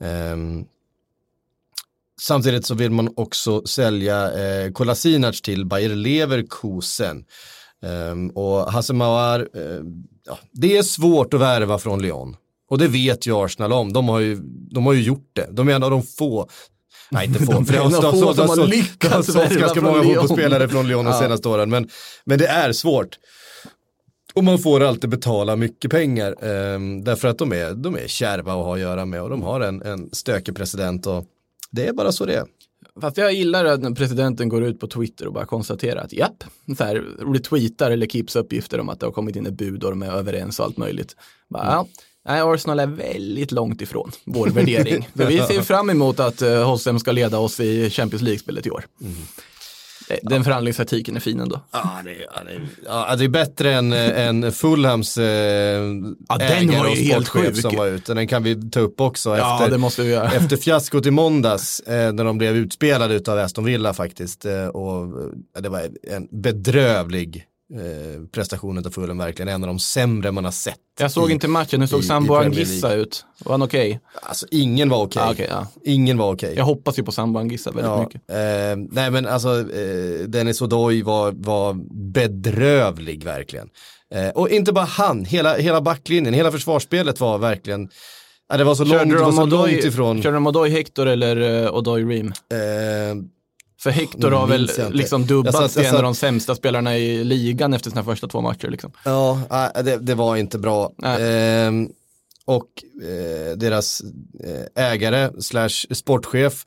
Samtidigt så vill man också sälja Kolasinac till Bayer Leverkusen. Och Hassem Aouar, det är svårt att värva från Lyon. Och det vet ju Arsenal om. De har ju gjort det. De är en av de få. Nej, inte få. De har lyckats värva ganska många fotbollsspelare från Lyon de senaste åren. Men det är svårt. Och man får alltid betala mycket pengar. Därför att de är kärva att ha att göra med. Och de har en stökig president. Och det är bara så det är. Fast jag gillar att när presidenten går ut på Twitter och bara konstaterar att japp, så här retweetar eller keeps uppgifter om att det har kommit in ett bud och de är överens och allt möjligt. Bara, nej, Arsenal är väldigt långt ifrån vår värdering. För vi ser fram emot att Hossem ska leda oss i Champions League-spelet i år. Den förhandlingsartikeln är fin ändå. Det är bättre än Fulhams ägare och sportchef som var ute. Den kan vi ta upp också det måste vi göra. Efter fiaskot i måndags när de blev utspelade utav Aston Villa faktiskt. Och det var en bedrövlig prestation av Fulham, verkligen en av de sämre man har sett. Jag såg inte matchen, hur såg Sambo Anguissa ut? Var han okej? Alltså ingen var okej. Ingen var okej. Jag hoppas ju på Sambo Anguissa väldigt mycket. Nej men alltså Dennis Odoi var bedrövlig verkligen. Och inte bara han, hela backlinjen, hela försvarsspelet var verkligen det var så långt ifrån. Körde de Odoi Hector eller Odoi Ream? För Hector har väl liksom dubbats till en av de sämsta spelarna i ligan efter sina första 2 matcher. Liksom. Ja, det var inte bra. Och deras ägare / sportchef,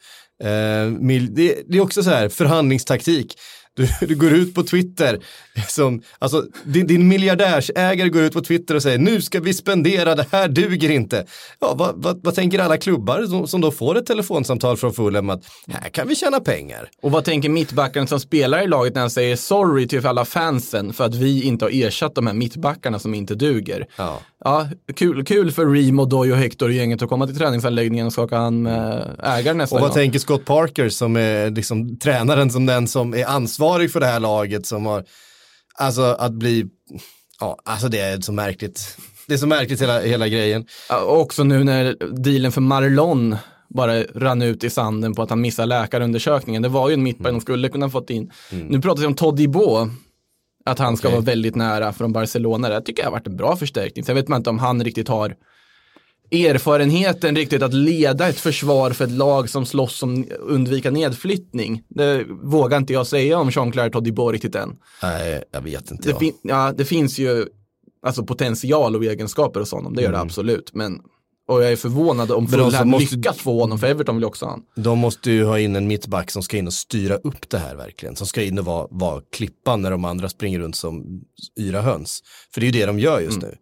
det är också så här förhandlingstaktik. Du går ut på Twitter alltså din miljardärsägare går ut på Twitter och säger nu ska vi spendera, det här duger inte. Ja, vad tänker alla klubbar som då får ett telefonsamtal från Fulham att här kan vi tjäna pengar? Och vad tänker mittbackarna som spelar i laget när han säger sorry till alla fansen för att vi inte har ersatt de här mittbackarna som inte duger? Ja, kul för Ream och Doy och Hector och gänget att komma till träningsanläggningen och skaka han med ägaren nästa gång. Och vad tänker Scott Parker som är liksom tränaren, som den som är ansvarig för det här laget, som har alltså att bli alltså det är så märkligt. Det är så märkligt hela grejen. Och också nu när dealen för Marlon bara rann ut i sanden på att han missar läkarundersökningen. Det var ju en mittback de skulle kunna fått in. Nu pratar vi om Todibo, att han ska vara väldigt nära från Barcelona. Det tycker jag har varit en bra förstärkning. Sen vet man inte om han riktigt har erfarenheten riktigt att leda ett försvar för ett lag som slåss om undvika nedflyttning. Det vågar inte jag säga om Jean-Claire Todibo riktigt än. Nej, jag vet inte. Det finns ju alltså potential och egenskaper och sånt. Det gör det absolut. Och jag är förvånad om Fulham lyckas få honom, för Everton vill också han. De måste ju ha in en mittback som ska in och styra upp det här verkligen. Som ska in och vara klippan när de andra springer runt som yra höns. För det är ju det de gör just nu.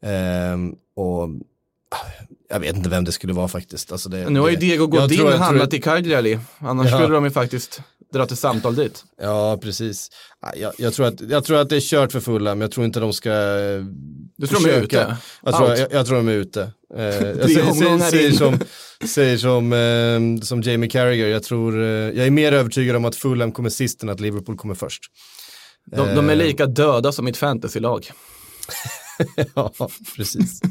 Och jag vet inte vem det skulle vara faktiskt. Alltså nu har ju Diego Godin hamnat i Cagliari. Annars skulle de ju faktiskt dra till samtal dit. Ja, precis. Jag tror att det är kört för Fulham. Jag tror inte de ska Du tror de är ute? Jag tror de är ute. Säger som Jamie Carragher. Jag är mer övertygad om att Fulham kommer sist än att Liverpool kommer först. De är lika döda som mitt fantasylag. Ja, precis.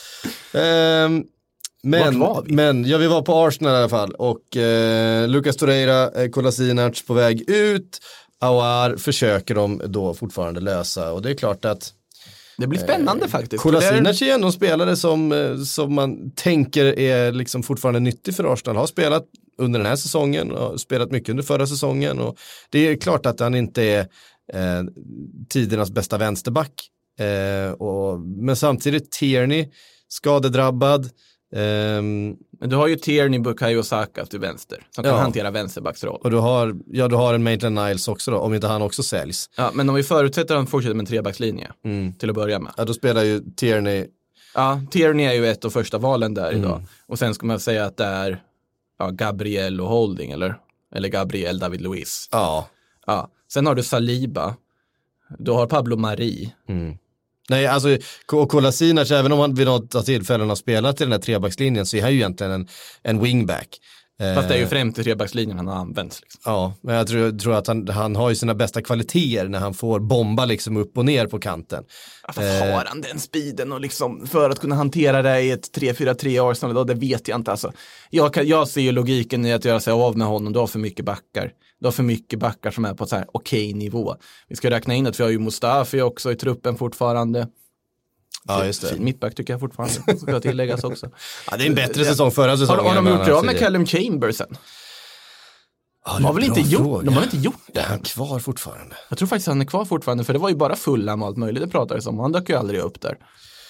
Men vi var på Arsenal i alla fall. Och Lucas Torreira, Kolasinac på väg ut. Aouar försöker de då fortfarande lösa. Och det är klart att det blir spännande faktiskt. Kolasinac är ändå en spelare som man tänker är liksom fortfarande nyttig för Arsenal. Har spelat under den här säsongen och spelat mycket under förra säsongen. Och det är klart att han inte är tidernas bästa vänsterback. Men samtidigt Tierney skadedrabbad. Men du har ju Tierney, Bukayo Saka till vänster som kan hantera vänsterbacksroll. Och du har en Maitland-Niles också då, om inte han också säljs. Ja, men om vi förutsätter att han fortsätter med en trebackslinje till att börja med. Ja, då spelar ju Tierney. Ja, Tierney är ju ett av första valen där idag. Och sen ska man säga att det är Gabriel och Holding eller Gabriel, David Luiz. Ja. Sen har du Saliba. Du har Pablo Mari. Nej, alltså Kolasinac, även om han vid något av tillfällen har spelat i den här trebackslinjen, så är han ju egentligen en wingback. Fast det är ju främst i trebackslinjen han har använts. Liksom. Ja, men jag tror att han har ju sina bästa kvaliteter när han får bomba liksom upp och ner på kanten. Ja, fast har han den speeden och liksom för att kunna hantera det i ett 3-4-3 Arsenal idag, det vet jag inte. Alltså. Jag ser ju logiken i att göra sig av med honom. Du har för mycket backar. Du har för mycket backar som är på så här okej nivå. Vi ska räkna in att vi har ju Mustafi också i truppen fortfarande. Ja, just det. Fin mittback tycker jag fortfarande. Ska tilläggas också. Ja, det är en bättre säsong förra säsongen. Har de gjort det med Callum Chambers sen? De har väl inte gjort det? Är han kvar fortfarande? Jag tror faktiskt han är kvar fortfarande, för det var ju bara Fulham och allt möjligt det pratades om. Han dök ju aldrig upp där.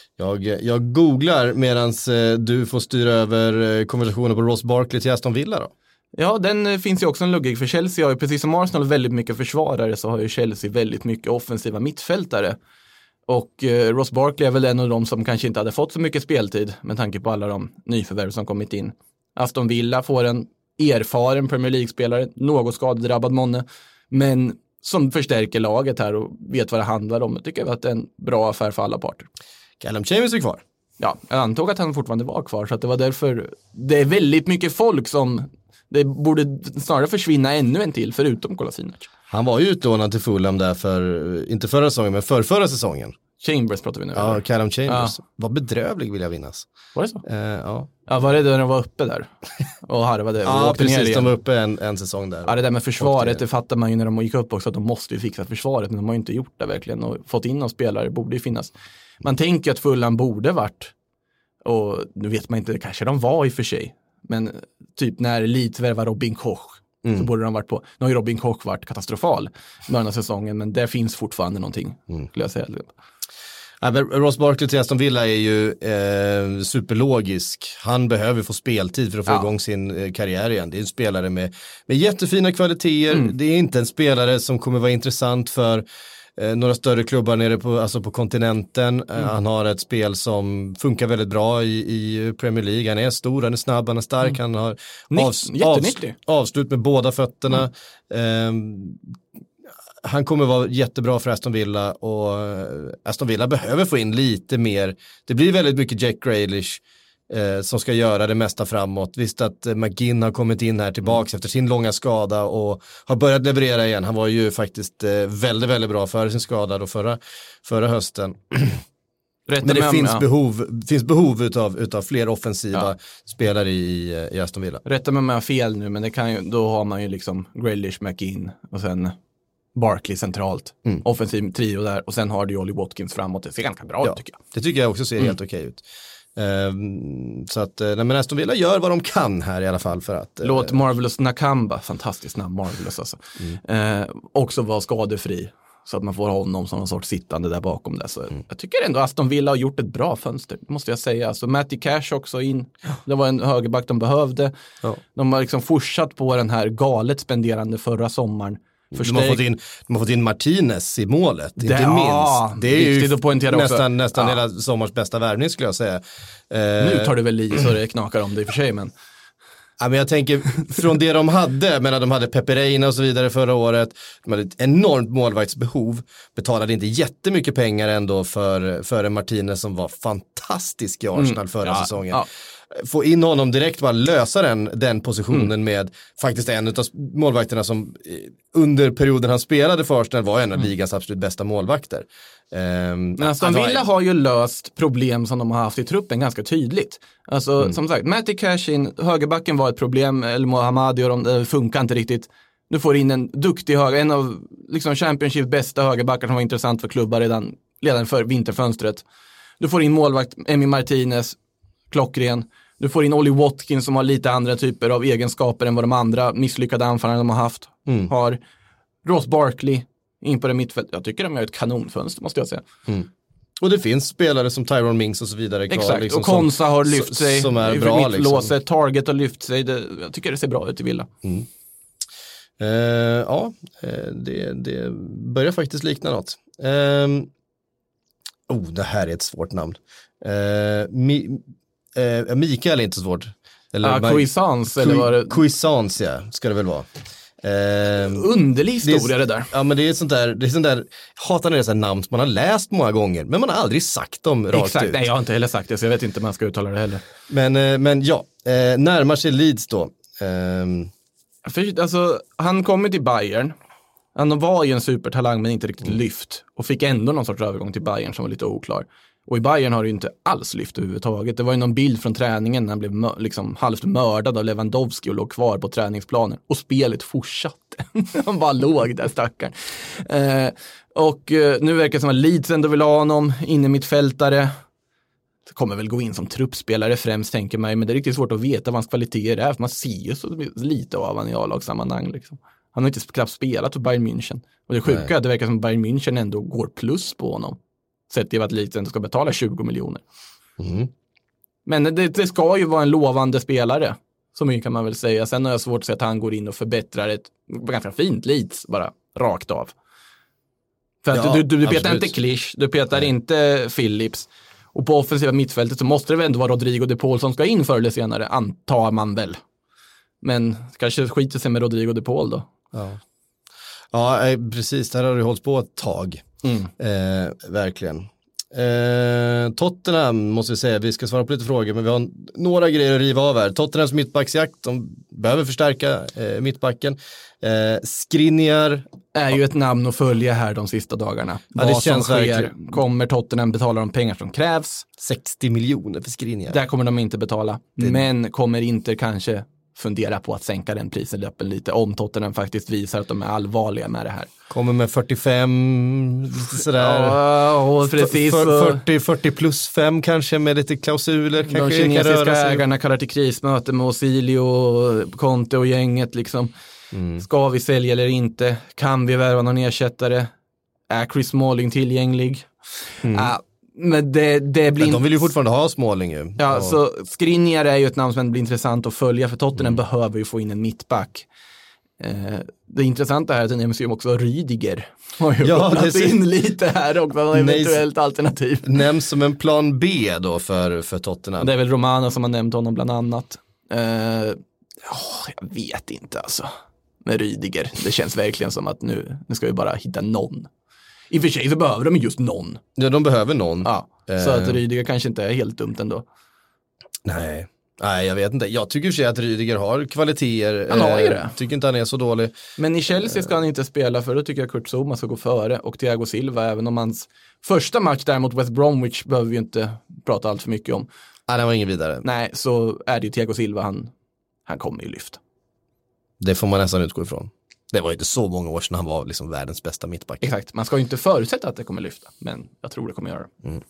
Jag googlar medan du får styra över konversationen på Ross Barkley till Aston Villa då. Ja, den finns ju också en logik, för Chelsea har ju precis som Arsenal väldigt mycket försvarare, så har ju Chelsea väldigt mycket offensiva mittfältare. Och Ross Barkley är väl en av dem som kanske inte hade fått så mycket speltid med tanke på alla de nyförvärv som kommit in. Aston Villa får en erfaren Premier League-spelare, något skadedrabbad månne, men som förstärker laget här och vet vad det handlar om. Jag tycker att det är en bra affär för alla parter. Callum Chambers är kvar. Ja, jag antog att han fortfarande var kvar, så att det var därför det är väldigt mycket folk som det borde snarare försvinna ännu en till förutom Kolasinac. Han var ju utlånad till Fulham där för, inte förra säsongen, men förra säsongen. Chambers pratar vi nu. Ja, Callum Chambers. Var bedrövlig vill jag minnas. Var det så? Ja, var det när de var uppe där? Och harvade och ja, åkte ner precis. igen. De var uppe en säsong där. Ja, det där med försvaret, det fattar man ju när de gick upp också, att de måste ju fixa försvaret, men de har ju inte gjort det verkligen och fått in någon spelare, borde ju finnas. Man tänker att Fulham borde varit, och nu vet man inte, kanske de var i och för sig, men typ när Leeds värvar Robin Koch så borde de varit på. Nu har ju Robin Koch varit katastrofal i början av säsongen, men det finns fortfarande någonting, skulle jag säga. Ja, Ross Barkley till Aston Villa är ju superlogisk. Han behöver få speltid för att få igång sin karriär igen. Det är en spelare med jättefina kvaliteter. Det är inte en spelare som kommer vara intressant för några större klubbar nere på kontinenten. Han har ett spel som funkar väldigt bra i Premier League. Han är stor, han är snabb, han är stark. Han har avslut med båda fötterna. Han kommer vara jättebra för Aston Villa, och Aston Villa behöver få in lite mer. Det blir väldigt mycket Jack Grealish som ska göra det mesta framåt. Visst att McGinn har kommit in här tillbaks efter sin långa skada och har börjat leverera igen. Han var ju faktiskt väldigt, väldigt bra före sin skada då förra hösten. Men det finns behov utav fler offensiva spelare i Aston Villa. Rätta mig om jag har fel nu, men det kan ju, då har man ju liksom Grealish, McGinn och sen Barkley centralt. Offensiv trio där, och sen har du Ollie Watkins framåt. Det ser ganska bra ut tycker jag. Det tycker jag också ser helt okej ut. Så att men Aston Villa gör vad de kan här i alla fall för att låt Marvelous Nakamba, fantastiskt namn, Marvelous alltså, också vara skadefri, så att man får honom som någon sorts sittande där bakom det. Så jag tycker ändå Aston Villa har gjort ett bra fönster, måste jag säga. Alltså Matty Cash också in, det var en högerback de behövde. De har liksom fortsatt på den här galet spenderande förra sommaren. De har fått in Martinez i målet, inte minst. Det är ju nästan hela sommars bästa värvning skulle jag säga. Nu tar du väl i så det knakar om det i och för sig, men... Ja, men jag tänker, från det de hade, men de hade Pepe Reina och så vidare förra året, de hade ett enormt målvaktsbehov, betalade inte jättemycket pengar ändå för en Martinez som var fantastisk i Arsenal förra säsongen. Ja. Få in honom direkt, bara lösa den positionen med faktiskt en av målvakterna som under perioden han spelade för Arsenal var en av ligans absolut bästa målvakter. Men Aston Villa har ju löst problem som de har haft i truppen ganska tydligt. Alltså som sagt, Matty Cashin, högerbacken var ett problem, eller Mohammadi och det funkar inte riktigt. Du får in en duktig en av liksom Championship bästa högerbackar som var intressant för klubbar redan för vinterfönstret. Du får in målvakt Emi Martinez, klockren. Du får in Ollie Watkins som har lite andra typer av egenskaper än vad de andra misslyckade anfallarna de har haft har. Ross Barkley in på det mittfält. Jag tycker de gör ett kanonfönster, måste jag säga. Och det finns spelare som Tyrone Mings och så vidare kvar. Exakt, liksom, och Konsa har lyft sig. Som är bra. Liksom. Target har lyft sig. Jag tycker det ser bra ut i Villa. Det börjar faktiskt likna något. Det här är ett svårt namn. Mikael är inte svårt. Cuisance eller vad det... Cuisance, ja, ska det väl vara. Underlig historia det där. Ja, men det är sånt där, hatar när det är sånt namn som man har läst många gånger, men man har aldrig sagt dem rakt Exakt, ut. nej jag har inte heller sagt det, så jag vet inte om man ska uttala det heller. Men närmar sig Leeds då. Alltså, han kommer till Bayern. Han var ju en supertalang men inte riktigt lyft. Och fick ändå någon sorts övergång till Bayern som var lite oklar. Och i Bayern har det ju inte alls lyft överhuvudtaget. Det var ju någon bild från träningen när han blev liksom halvt mördad av Lewandowski och låg kvar på träningsplanen. Och spelet fortsatte. Han bara låg där, stackaren. Nu verkar det som att Leeds ändå vill ha honom inne mittfältare. Det kommer väl gå in som truppspelare främst, tänker man. Men det är riktigt svårt att veta vad hans kvaliteter är. För man ser ju så lite av han i A-lagssammanhang. Liksom. Han har inte knappt spelat för Bayern München. Och det sjuka är att det verkar som att Bayern München ändå går plus på honom. Sett till att Leeds ändå ska betala 20 miljoner. Men det ska ju vara en lovande spelare. Så mycket kan man väl säga. Sen har jag svårt att se att han går in och förbättrar ett ganska fint Leeds bara rakt av. För att du petar inte Klisch, du petar inte Phillips. Och på offensiva mittfältet så måste det väl ändå vara Rodrigo de Paul som ska in förr eller senare, antar man väl. Men kanske skiter sig med Rodrigo de Paul då. Ja, precis. Där har det hållit på ett tag. Verkligen. Tottenham måste vi säga, vi ska svara på lite frågor, men vi har några grejer att riva av här. Tottenhams mittbacksjakt, de behöver förstärka mittbacken. Skriniar är ju ett namn att följa här de sista dagarna. Ja, det känns verkligen. Kommer Tottenham betala de pengar som krävs? 60 miljoner för Skriniar. Där kommer de inte betala. Men kommer inte kanske fundera på att sänka den prislappen lite om Tottenham faktiskt visar att de är allvarliga med det här. Kommer med 45 sådär. Ja, precis. 40 plus 5 kanske med lite klausuler. De kinesiska ägarna kallar till krismöte med Osilio, Conte och gänget liksom. Ska vi sälja eller inte? Kan vi värva någon ersättare? Är Chris Smalling tillgänglig? Men det blir men de vill ju fortfarande ha Smalling ju. Ja, så Skriniar är ju ett namn som blir intressant att följa, för Tottenham behöver ju få in en mittback. Det intressanta här är att det nämns ju också Rydiger. Har ju det in lite här också, eventuellt alternativ. Nämns som en plan B då för Tottenham. Det är väl Romano som har nämnt honom bland annat. Jag vet inte alltså. Med Rydiger, det känns verkligen som att nu ska vi bara hitta någon. I och för sig så behöver de just någon. Ja, de behöver någon. Ja, så att Rydiger kanske inte är helt dumt ändå. Nej, jag vet inte. Jag tycker i och för sig att Rydiger har kvaliteter. Han har ju det. Tycker inte han är så dålig. Men i Chelsea ska han inte spela, för då tycker jag Kurt Zouma ska gå före. Och Thiago Silva, även om hans första match där mot West Bromwich behöver vi inte prata allt för mycket om. Nej, det var ingen vidare. Nej, så är det ju Thiago Silva, han kommer ju lyfta. Det får man nästan utgå ifrån. Det var inte så många år sedan han var liksom världens bästa mittback. Exakt, man ska ju inte förutsätta att det kommer lyfta, men jag tror det kommer göra.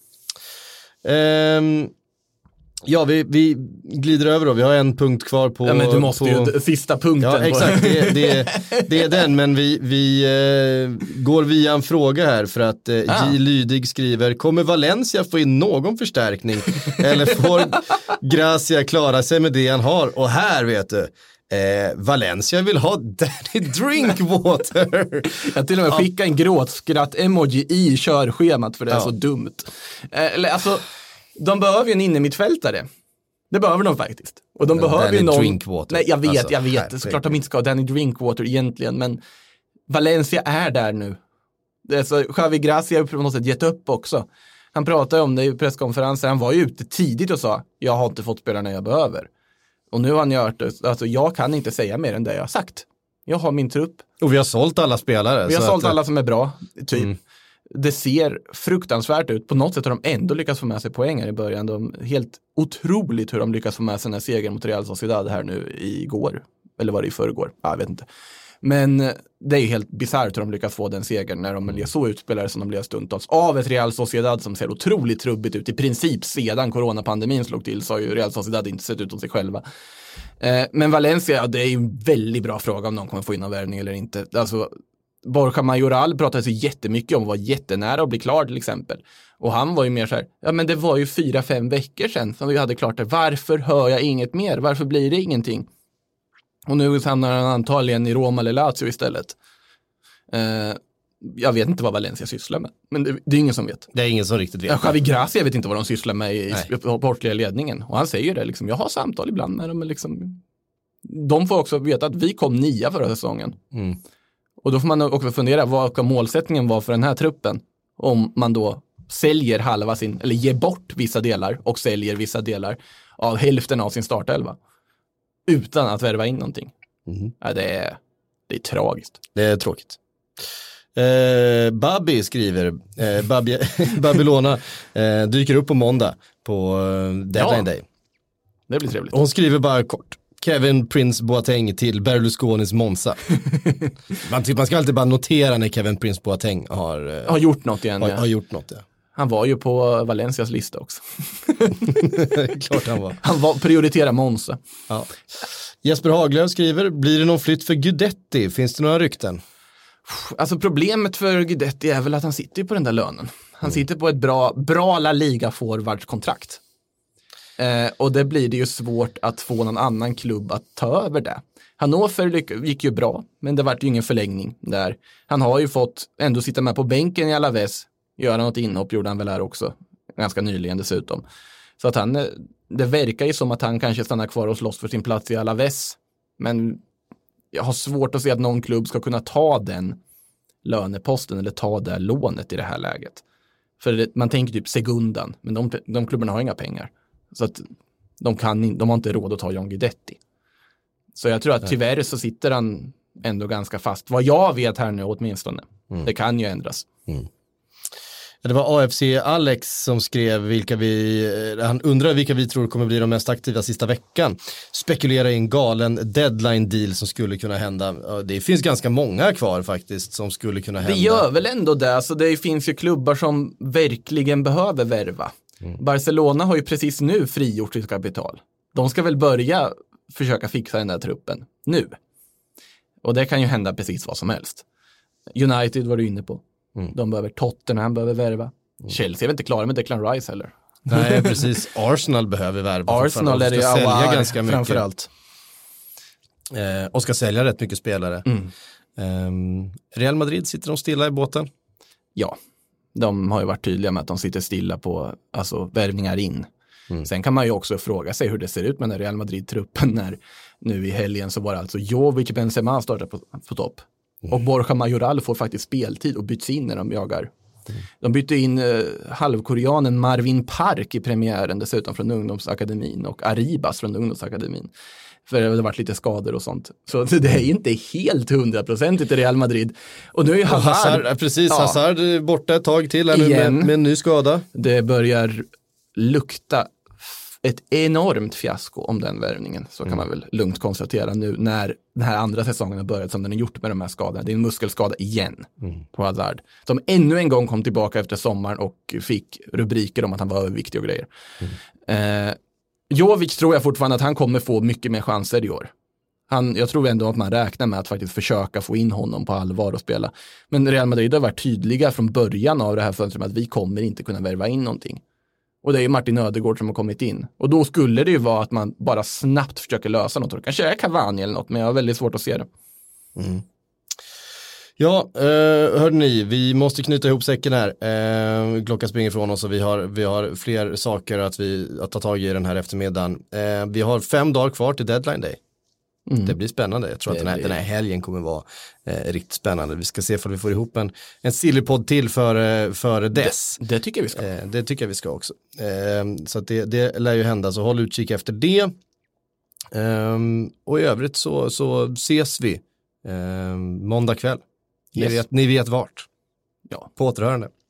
Ja, vi glider över då. Vi har en punkt kvar på... Ja, men du måste ju sista punkten. Ja, exakt. Det är den, men vi går via en fråga här för att J. Lydig skriver: kommer Valencia få in någon förstärkning? Eller får Gracia klara sig med det han har? Och här vet du, Valencia vill ha Danny Drinkwater. Jag till och med skickade en gråtskratt-emoji i körschemat för det är så dumt. Eller alltså, de behöver ju en innermittfältare. Det behöver de faktiskt. Och de behöver Danny ju någon... Drinkwater. Nej, jag vet. Såklart de inte ska ha Danny Drinkwater egentligen, men Valencia är där nu. Det är så, Javi Gracia har på något sätt gett upp också. Han pratade om det i presskonferenser. Han var ju ute tidigt och sa: jag har inte fått spelarna jag behöver. Och nu har han gjort det. Alltså, jag kan inte säga mer än det jag har sagt. Jag har min trupp. Och vi har sålt alla spelare. Vi har sålt alla som är bra, typ. Det ser fruktansvärt ut. På något sätt har de ändå lyckats få med sig poänger i början. Helt otroligt hur de lyckas få med sig den här segern mot Real Sociedad här nu igår. Eller var det i förrgår? Jag vet inte. Men det är ju helt bizarrt hur de lyckas få den segern när de blir så utspelare som de blir stundtals av ett Real Sociedad som ser otroligt trubbigt ut. I princip sedan coronapandemin slog till så har ju Real Sociedad inte sett ut om sig själva. Men Valencia, det är ju en väldigt bra fråga om de kommer få in en värvning eller inte. Alltså, Borja Mayoral pratade så jättemycket om att vara jättenära att bli klar till exempel. Och han var ju mer så här, ja men det var ju 4-5 veckor sedan som vi hade klart det. Varför hör jag inget mer? Varför blir det ingenting? Och nu hamnar han antagligen i Roma eller Lazio istället. Jag vet inte vad Valencia sysslar med. Men det är ingen som vet. Det är ingen som riktigt vet. Javi Gracia vet inte vad de sysslar med i sportliga ledningen. Och han säger det liksom, jag har samtal ibland med dem. Men liksom, de får också veta att vi kom 9 förra säsongen. Och då får man också fundera, vad kan målsättningen vara för den här truppen? Om man då säljer halva sin, eller ger bort vissa delar och säljer vissa delar av hälften av sin startelva. Utan att värva in någonting. Ja, det är tragiskt. Det är tråkigt. Babi skriver, Babylona dyker upp på måndag på Deadline Day. Det blir trevligt. Hon skriver bara kort. Kevin Prince Boateng till Berlusconis Monza. Man ska alltid bara notera när Kevin Prince Boateng har gjort något igen. Har gjort något, ja. Han var ju på Valencias lista också. Klart han var. Han prioriterar Monza. Ja. Jesper Haglöf skriver, blir det någon flytt för Guidetti? Finns det några rykten? Alltså problemet för Guidetti är väl att han sitter på den där lönen. Han sitter på ett bra La Liga-forwardskontrakt. Och det blir det ju svårt att få någon annan klubb att ta över det. Hannover gick ju bra, men det var ju ingen förlängning där. Han har ju fått ändå sitta med på bänken i Alaves, göra något inhopp gjorde han väl här också, ganska nyligen dessutom. Så att det verkar ju som att han kanske stannar kvar och slåss för sin plats i Alaves. Men jag har svårt att se att någon klubb ska kunna ta den löneposten eller ta det lånet i det här läget. För man tänker typ Segundan, men de klubbarna har inga pengar. Så att de har inte råd att ta John Guidetti. Så jag tror att tyvärr så sitter han ändå ganska fast. Vad jag vet här nu åtminstone. Det kan ju ändras. Det var AFC Alex som skrev han undrar vilka vi tror kommer bli de mest aktiva sista veckan. Spekulera i en galen deadline deal som skulle kunna hända. Det finns ganska många kvar faktiskt som skulle kunna hända. Det gör väl ändå det. Alltså det finns ju klubbar som verkligen behöver värva. Barcelona har ju precis nu frigjort sitt kapital. De ska väl börja försöka fixa den där truppen nu. Och det kan ju hända precis vad som helst. United var du inne på. De behöver Tottenham behöver värva. Chelsea är väl inte klara med Declan Rice heller. Nej, precis. Arsenal behöver värva. Arsenal är det sälja ganska mycket. Framförallt. Och ska sälja rätt mycket spelare. Real Madrid, sitter de stilla i båten? Ja, de har ju varit tydliga med att de sitter stilla på värvningar in. Sen kan man ju också fråga sig hur det ser ut med den Real Madrid-truppen när nu i helgen så var det alltså Jovic, Benzema startar på topp. Och Borja Mayoral får faktiskt speltid och byts in när de jagar. De bytte in halvkoreanen Marvin Park i premiären dessutom från ungdomsakademin och Arribas från ungdomsakademin. För det har varit lite skador och sånt. Så det är inte helt 100% i Real Madrid. Och nu är ju Hazard. Precis, Hazard borta ett tag till här nu med en ny skada. Det börjar lukta ett enormt fiasko om den värvningen. Så kan man väl lugnt konstatera nu när den här andra säsongen har börjat som den har gjort med de här skadorna. Det är en muskelskada igen på Hazard. Som ännu en gång kom tillbaka efter sommaren och fick rubriker om att han var överviktig och grejer. Jovic tror jag fortfarande att han kommer få mycket mer chanser i år. Jag tror ändå att man räknar med att faktiskt försöka få in honom på allvar och spela. Men Real Madrid har varit tydliga från början av det här fönstret med att vi kommer inte kunna värva in någonting. Och det är ju Martin Ödegård som har kommit in. Och då skulle det ju vara att man bara snabbt försöker lösa något. Kanske är Cavani eller något, men jag har väldigt svårt att se det. Ja, hörde ni, vi måste knyta ihop säcken här. Klockan springer ifrån oss och vi har fler saker att ta tag i den här eftermiddagen. Vi har 5 dagar kvar till deadline day. Det blir spännande. Jag tror att den här helgen kommer vara riktigt spännande. Vi ska se om vi får ihop en sillypodd till för dess. Det tycker vi ska. Det tycker jag vi ska också. Så att det lär ju hända, så håll utkik efter det. Och i övrigt så ses vi måndag kväll. Ni vet vart. Ja. På återhörande.